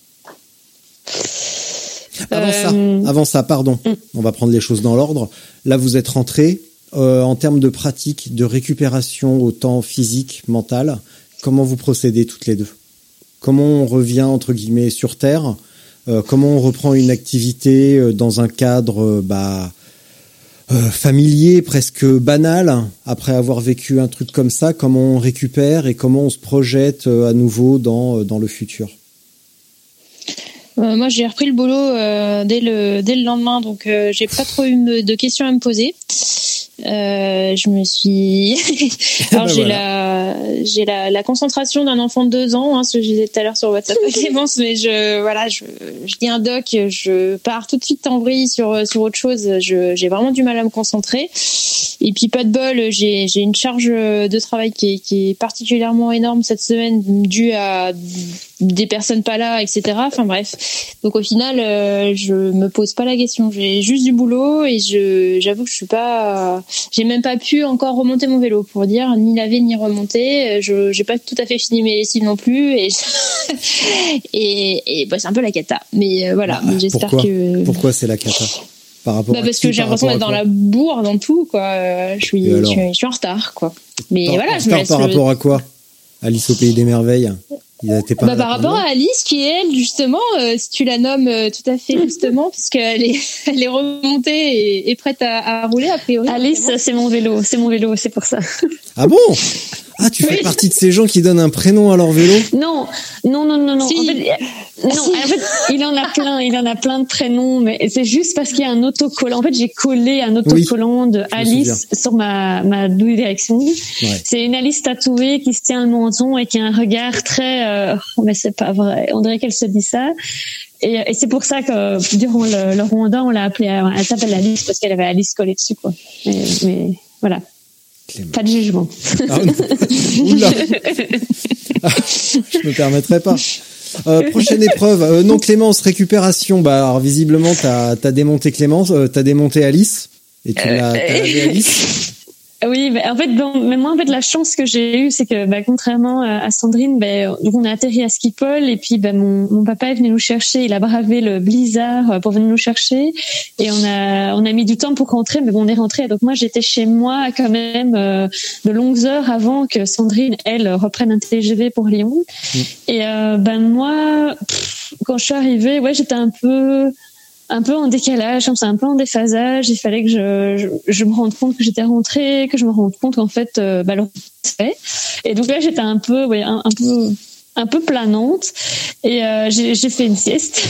Avant euh... ça, avant ça, pardon. Mm. On va prendre les choses dans l'ordre. Là, vous êtes rentrés euh, en termes de pratique, de récupération autant physique, mentale. Comment vous procédez toutes les deux? Comment on revient entre guillemets sur terre? euh, Comment on reprend une activité euh, dans un cadre euh, bah Euh, familier, presque banal, après avoir vécu un truc comme ça? Comment on récupère et comment on se projette euh, à nouveau dans euh, dans le futur? euh, Moi, j'ai repris le boulot euh, dès le dès le lendemain, donc euh, j'ai pas trop eu de questions à me poser. Euh, je me suis. Alors j'ai voilà. la j'ai la, la concentration d'un enfant de deux ans, hein, ce que je disais tout à l'heure sur WhatsApp avec Clémence, mais je voilà, je je dis un doc, je pars tout de suite en vrille sur sur autre chose. Je j'ai vraiment du mal à me concentrer. Et puis pas de bol, j'ai j'ai une charge de travail qui est qui est particulièrement énorme cette semaine, due à des personnes pas là, et cetera. Enfin bref. Donc au final, euh, je me pose pas la question. J'ai juste du boulot et je j'avoue que je suis pas. J'ai même pas pu encore remonter mon vélo pour dire, ni laver ni remonter. Je j'ai pas tout à fait fini mes lessives non plus et et, et bah, c'est un peu la cata. Mais euh, voilà, bah, j'espère pourquoi que. Pourquoi c'est la cata? Par rapport bah, à parce qui, que j'ai l'impression d'être dans la bourre dans tout quoi. Je suis je suis, je suis en retard quoi. Mais par, voilà, en je me laisse par le... rapport à quoi? Alice au pays des merveilles. Bah, par rapport à Alice qui est elle justement, euh, si tu la nommes euh, tout à fait justement, puisqu'elle est elle est remontée et, et prête à, à rouler a priori. Alice, c'est mon vélo, c'est mon vélo, c'est pour ça. Ah bon? Ah, tu fais oui. partie de ces gens qui donnent un prénom à leur vélo? Non, non, non, non, non. Si. En fait, non, en fait, il en a plein, il en a plein de prénoms, mais c'est juste parce qu'il y a un autocollant. En fait, j'ai collé un autocollant oui, de Alice sur ma ma douille direction. Ouais. C'est une Alice tatouée qui se tient le menton et qui a un regard très. Euh, mais c'est pas vrai. On dirait qu'elle se dit ça. Et, et c'est pour ça que durant le, le rondin, on l'a appelée. Elle s'appelle Alice parce qu'elle avait Alice collée dessus, quoi. Mais, mais voilà. Clément. Pas de jugement. Ah, oula. Ah, je me permettrai pas. Euh, prochaine épreuve. Euh, non, Clémence, récupération. Bah, alors, visiblement, t'as, t'as démonté Clémence, euh, t'as démonté Alice. Et tu l'as, t'as lavé Alice. Oui, bah, en fait, bon, mais moi, en fait, la chance que j'ai eue, c'est que, bah, contrairement à Sandrine, bah, on a atterri à Schiphol et puis, bah, mon, mon papa est venu nous chercher. Il a bravé le blizzard pour venir nous chercher et on a, on a mis du temps pour rentrer, mais bon, on est rentré. Donc moi, j'étais chez moi quand même euh, de longues heures avant que Sandrine, elle, reprenne un T G V pour Lyon. Mmh. Et euh, ben moi, pff, quand je suis arrivée, ouais, j'étais un peu un peu en décalage, c'est un peu en déphasage. Il fallait que je, je, je me rende compte que j'étais rentrée, que je me rende compte qu'en fait, euh, bah, le fait. Et donc là, j'étais un peu, ouais, un, un peu, un peu planante. Et euh, j'ai, j'ai fait une sieste.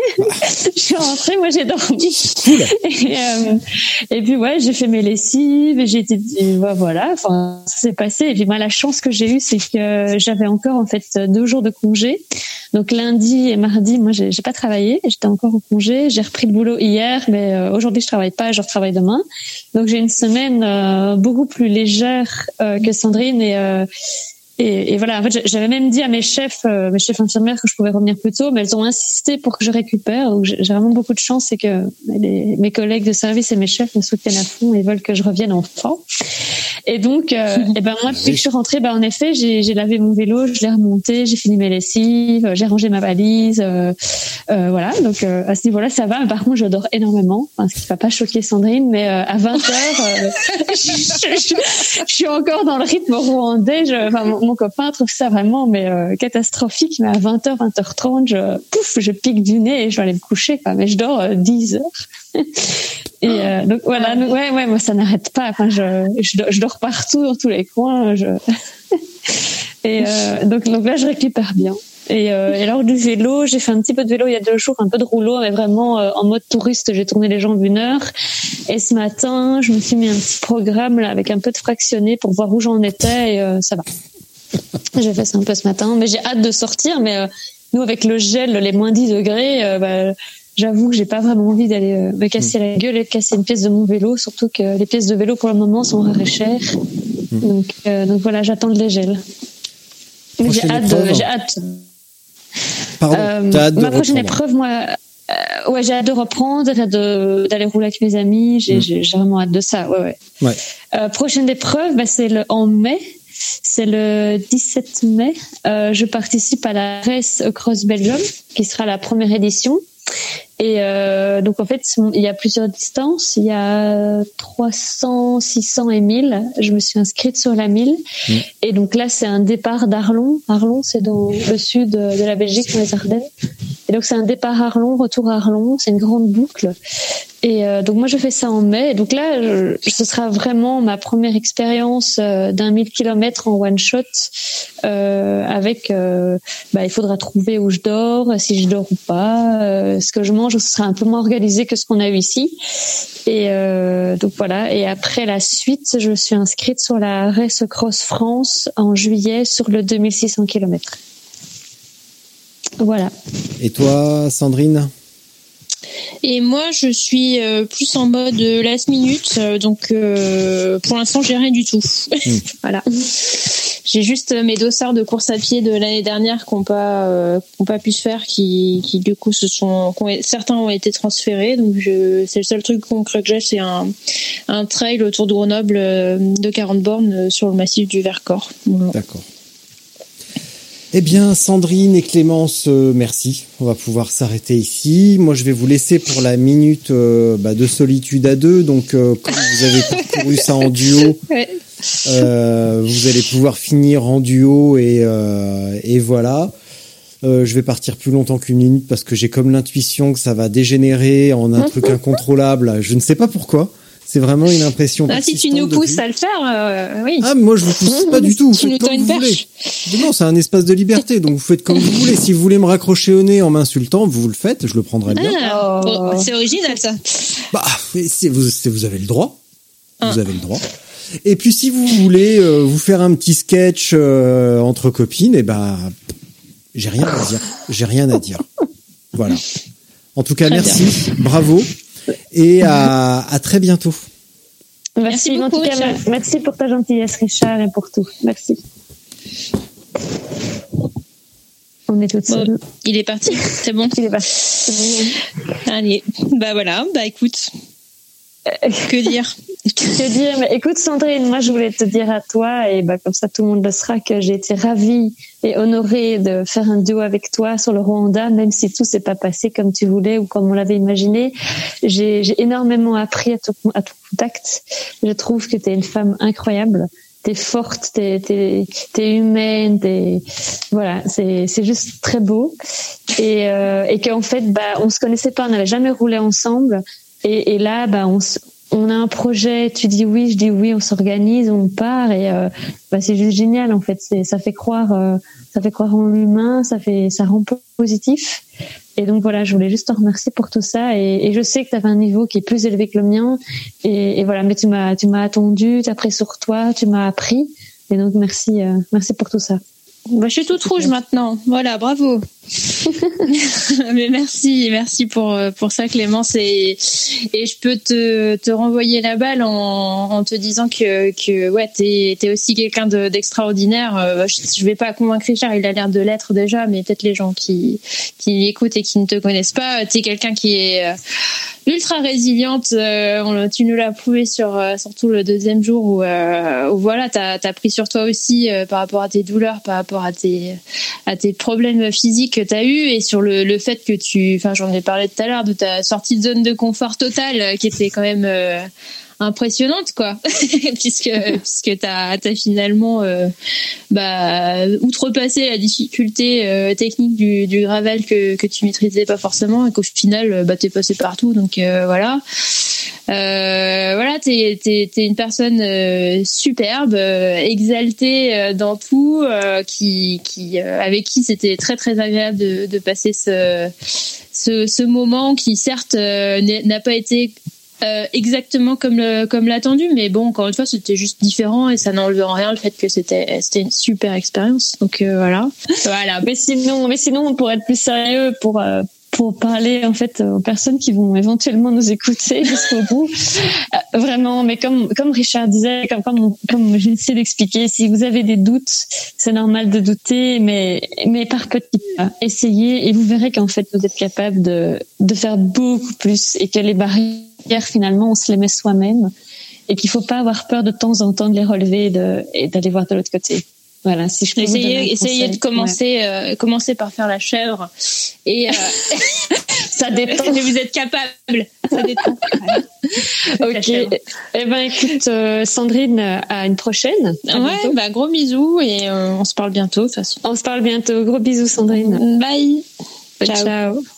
Je suis rentrée, moi, j'ai dormi. Et, euh, et puis ouais, j'ai fait mes lessives et j'ai été, et voilà. Enfin, ça s'est passé. Et puis moi, la chance que j'ai eue, c'est que j'avais encore en fait deux jours de congé. Donc lundi et mardi, moi, j'ai, j'ai pas travaillé. J'étais encore au congé. J'ai repris le boulot hier, mais euh, aujourd'hui, je travaille pas. Je retravaille demain. Donc j'ai une semaine euh, beaucoup plus légère euh, que Sandrine et euh, Et, et voilà, en fait, j'avais même dit à mes chefs, euh, mes chefs infirmières que je pouvais revenir plus tôt, mais elles ont insisté pour que je récupère. Donc j'ai vraiment beaucoup de chance, c'est que les, mes collègues de service et mes chefs me soutiennent à fond et veulent que je revienne enfant. Et donc, euh, et ben moi, depuis que je suis rentrée, ben en effet, j'ai, j'ai lavé mon vélo, je l'ai remonté, j'ai fini mes lessives, j'ai rangé ma valise, euh, euh, voilà. Donc euh, à ce niveau-là, ça va. Mais par contre, je dors énormément, enfin, ce qui va pas choquer Sandrine, mais euh, à vingt heures, euh, je, je, je suis encore dans le rythme rwandais. Je, enfin, mon, mon copain trouve ça vraiment mais euh, catastrophique. Mais à vingt heures, vingt heures trente, je pouf, je pique du nez et je vais aller me coucher. Quoi. Mais je dors euh, dix heures. Et euh, donc voilà, donc, ouais, ouais, moi ça n'arrête pas. Enfin, je, je, je dors partout dans tous les coins. Je... et euh, donc, donc là, je récupère bien. Et, euh, et alors du vélo, j'ai fait un petit peu de vélo il y a deux jours, un peu de rouleau, mais vraiment euh, en mode touriste. J'ai tourné les jambes une heure. Et ce matin, je me suis mis un petit programme là avec un peu de fractionné pour voir où j'en étais. Et euh, ça va. J'ai fait ça un peu ce matin, mais j'ai hâte de sortir. Mais euh, nous, avec le gel, les moins dix degrés. Euh, bah, J'avoue que j'ai pas vraiment envie d'aller euh, me casser mmh. la gueule et de casser une pièce de mon vélo, surtout que les pièces de vélo pour le moment sont rares et chères. Mmh. Donc, euh, donc voilà, j'attends le dégel. Mais j'ai hâte, de, j'ai hâte. Pardon, euh, t'as hâte de ma prochaine reprendre. épreuve, moi, euh, ouais, j'ai hâte de reprendre, j'ai hâte de, d'aller rouler avec mes amis. J'ai, mmh. j'ai, j'ai vraiment hâte de ça. Ouais, ouais. ouais. Euh, prochaine épreuve, bah, c'est le, en mai. C'est le dix-sept mai. Euh, je participe à la Race Across Belgium, qui sera la première édition. Et euh, donc en fait il y a plusieurs distances, il y a trois cents, six cents et mille. Je me suis inscrite sur la mille. Mmh. Et donc là c'est un départ d'Arlon. Arlon c'est dans le sud de la Belgique, dans les Ardennes. Et donc c'est un départ Arlon, retour Arlon, c'est une grande boucle. Et euh, donc moi je fais ça en mai. Et donc là je, ce sera vraiment ma première expérience euh, d'un mille kilomètres en one shot. Euh, avec, euh, bah il faudra trouver où je dors, si je dors ou pas. Euh, ce que je mange, ce sera un peu moins organisé que ce qu'on a eu ici. Et euh, donc voilà. Et après la suite, je suis inscrite sur la Race Cross France en juillet sur le deux mille six cents kilomètres. Voilà. Et toi, Sandrine ? Et moi, je suis euh, plus en mode last minute, euh, donc euh, pour l'instant, j'ai rien du tout. Mmh. Voilà. J'ai juste mes dossards de course à pied de l'année dernière qui n'ont pas, euh, qui n'ont pas pu se faire, qui, qui du coup se sont, qui ont, certains ont été transférés. Donc je, c'est le seul truc concret que j'ai, c'est un, un trail autour de Grenoble euh, de quarante bornes sur le massif du Vercors. Voilà. D'accord. Eh bien, Sandrine et Clémence, euh, merci. On va pouvoir s'arrêter ici. Moi, je vais vous laisser pour la minute euh, bah, de solitude à deux. Donc, euh, comme vous avez parcouru ça en duo, ouais. euh, vous allez pouvoir finir en duo et, euh, et voilà. Euh, je vais partir plus longtemps qu'une minute parce que j'ai comme l'intuition que ça va dégénérer en un truc incontrôlable. Je ne sais pas pourquoi. C'est vraiment une impression. Ah, si tu nous pousses depuis. à le faire, euh, oui. Ah, mais moi je vous pousse pas du tout. Vous tu faites nous comme vous perche. voulez. Non, c'est un espace de liberté, donc vous faites comme vous voulez. Si vous voulez me raccrocher au nez en m'insultant, vous le faites, je le prendrai bien. Ah, oh. C'est original ça. Bah, c'est, vous, c'est, vous avez le droit. Ah. Vous avez le droit. Et puis si vous voulez euh, vous faire un petit sketch euh, entre copines, et eh ben, j'ai rien à dire. J'ai rien à dire. Voilà. En tout cas, très merci, bien. Bravo. Et à, à très bientôt. Merci, merci beaucoup, en tout cas, Richard. Merci pour ta gentillesse, Richard, et pour tout. Merci. On est toutes seules. Bon, il est parti, c'est bon. Il est parti. Allez, bah voilà, bah écoute. Que dire Que dire mais écoute Sandrine, moi je voulais te dire à toi et bah comme ça tout le monde le sera que j'ai été ravie et honorée de faire un duo avec toi sur le Rwanda, même si tout s'est pas passé comme tu voulais ou comme on l'avait imaginé. J'ai, j'ai énormément appris à tout, à tout contact. Je trouve que t'es une femme incroyable. T'es forte, t'es, t'es, t'es humaine, t'es, voilà, c'est, c'est juste très beau. Et, euh, et qu'en fait, bah, on se connaissait pas, on n'avait jamais roulé ensemble. Et, et là, bah, on, on a un projet, tu dis oui, je dis oui, on s'organise, on part et euh, bah, c'est juste génial en fait. C'est, ça fait croire, euh, ça fait croire en l'humain, ça fait, ça rend positif. Et donc voilà, je voulais juste te remercier pour tout ça. Et, et je sais que tu avais un niveau qui est plus élevé que le mien. Et, et voilà, mais tu m'as, tu m'as attendu, tu as pris sur toi, tu m'as appris. Et donc merci, euh, merci pour tout ça. Bah, je suis toute rouge maintenant. Voilà, bravo. Mais merci, merci pour pour ça, Clémence, et et je peux te te renvoyer la balle en en te disant que que ouais, t'es t'es aussi quelqu'un de, d'extraordinaire. Je, je vais pas convaincre Richard, il a l'air de l'être déjà, mais peut-être les gens qui qui écoutent et qui ne te connaissent pas, t'es quelqu'un qui est ultra résiliente. Euh, tu nous l'as prouvé sur euh, surtout le deuxième jour où, euh, où voilà, t'as t'as pris sur toi aussi euh, par rapport à tes douleurs, par rapport à tes à tes problèmes physiques que t'as eu, et sur le le fait que tu, enfin j'en ai parlé tout à l'heure, de ta sortie de zone de confort totale euh, qui était quand même euh, impressionnante, quoi. puisque puisque t'as t'as finalement euh, bah outrepassé la difficulté euh, technique du du gravel que que tu maîtrisais pas forcément, et qu'au final bah t'es passé partout, donc euh, voilà. Euh, voilà, t'es t'es t'es une personne euh, superbe, euh, exaltée euh, dans tout, euh, qui qui euh, avec qui c'était très très agréable de de passer ce ce ce moment qui certes euh, n'a pas été Euh, exactement comme le, comme l'attendu, mais bon, encore une fois, c'était juste différent, et ça n'enlève en rien le fait que c'était c'était une super expérience. Donc euh, voilà. Voilà. Mais sinon, mais sinon, pour être plus sérieux, pour euh, pour parler en fait aux personnes qui vont éventuellement nous écouter jusqu'au bout, euh, vraiment. Mais comme comme Richard disait, comme comme comme j'ai essayé d'expliquer, si vous avez des doutes, c'est normal de douter, mais mais par petits pas, essayez, et vous verrez qu'en fait vous êtes capable de de faire beaucoup plus, et que les barrières, finalement, on se les met soi-même, et qu'il faut pas avoir peur de temps en temps de les relever et, de, et d'aller voir de l'autre côté. Voilà, si je peux essayez, vous donner un essayez conseil. de commencer, ouais. euh, commencer par faire la chèvre, et euh, ça dépend. Mais vous êtes capable. Ça dépend. Ok. Eh ben, écoute, euh, Sandrine, à une prochaine. À ouais, bientôt. Bah gros bisous, et euh, on se parle bientôt de toute façon. On se parle bientôt. Gros bisous, Sandrine. Bye. Ciao. Ciao.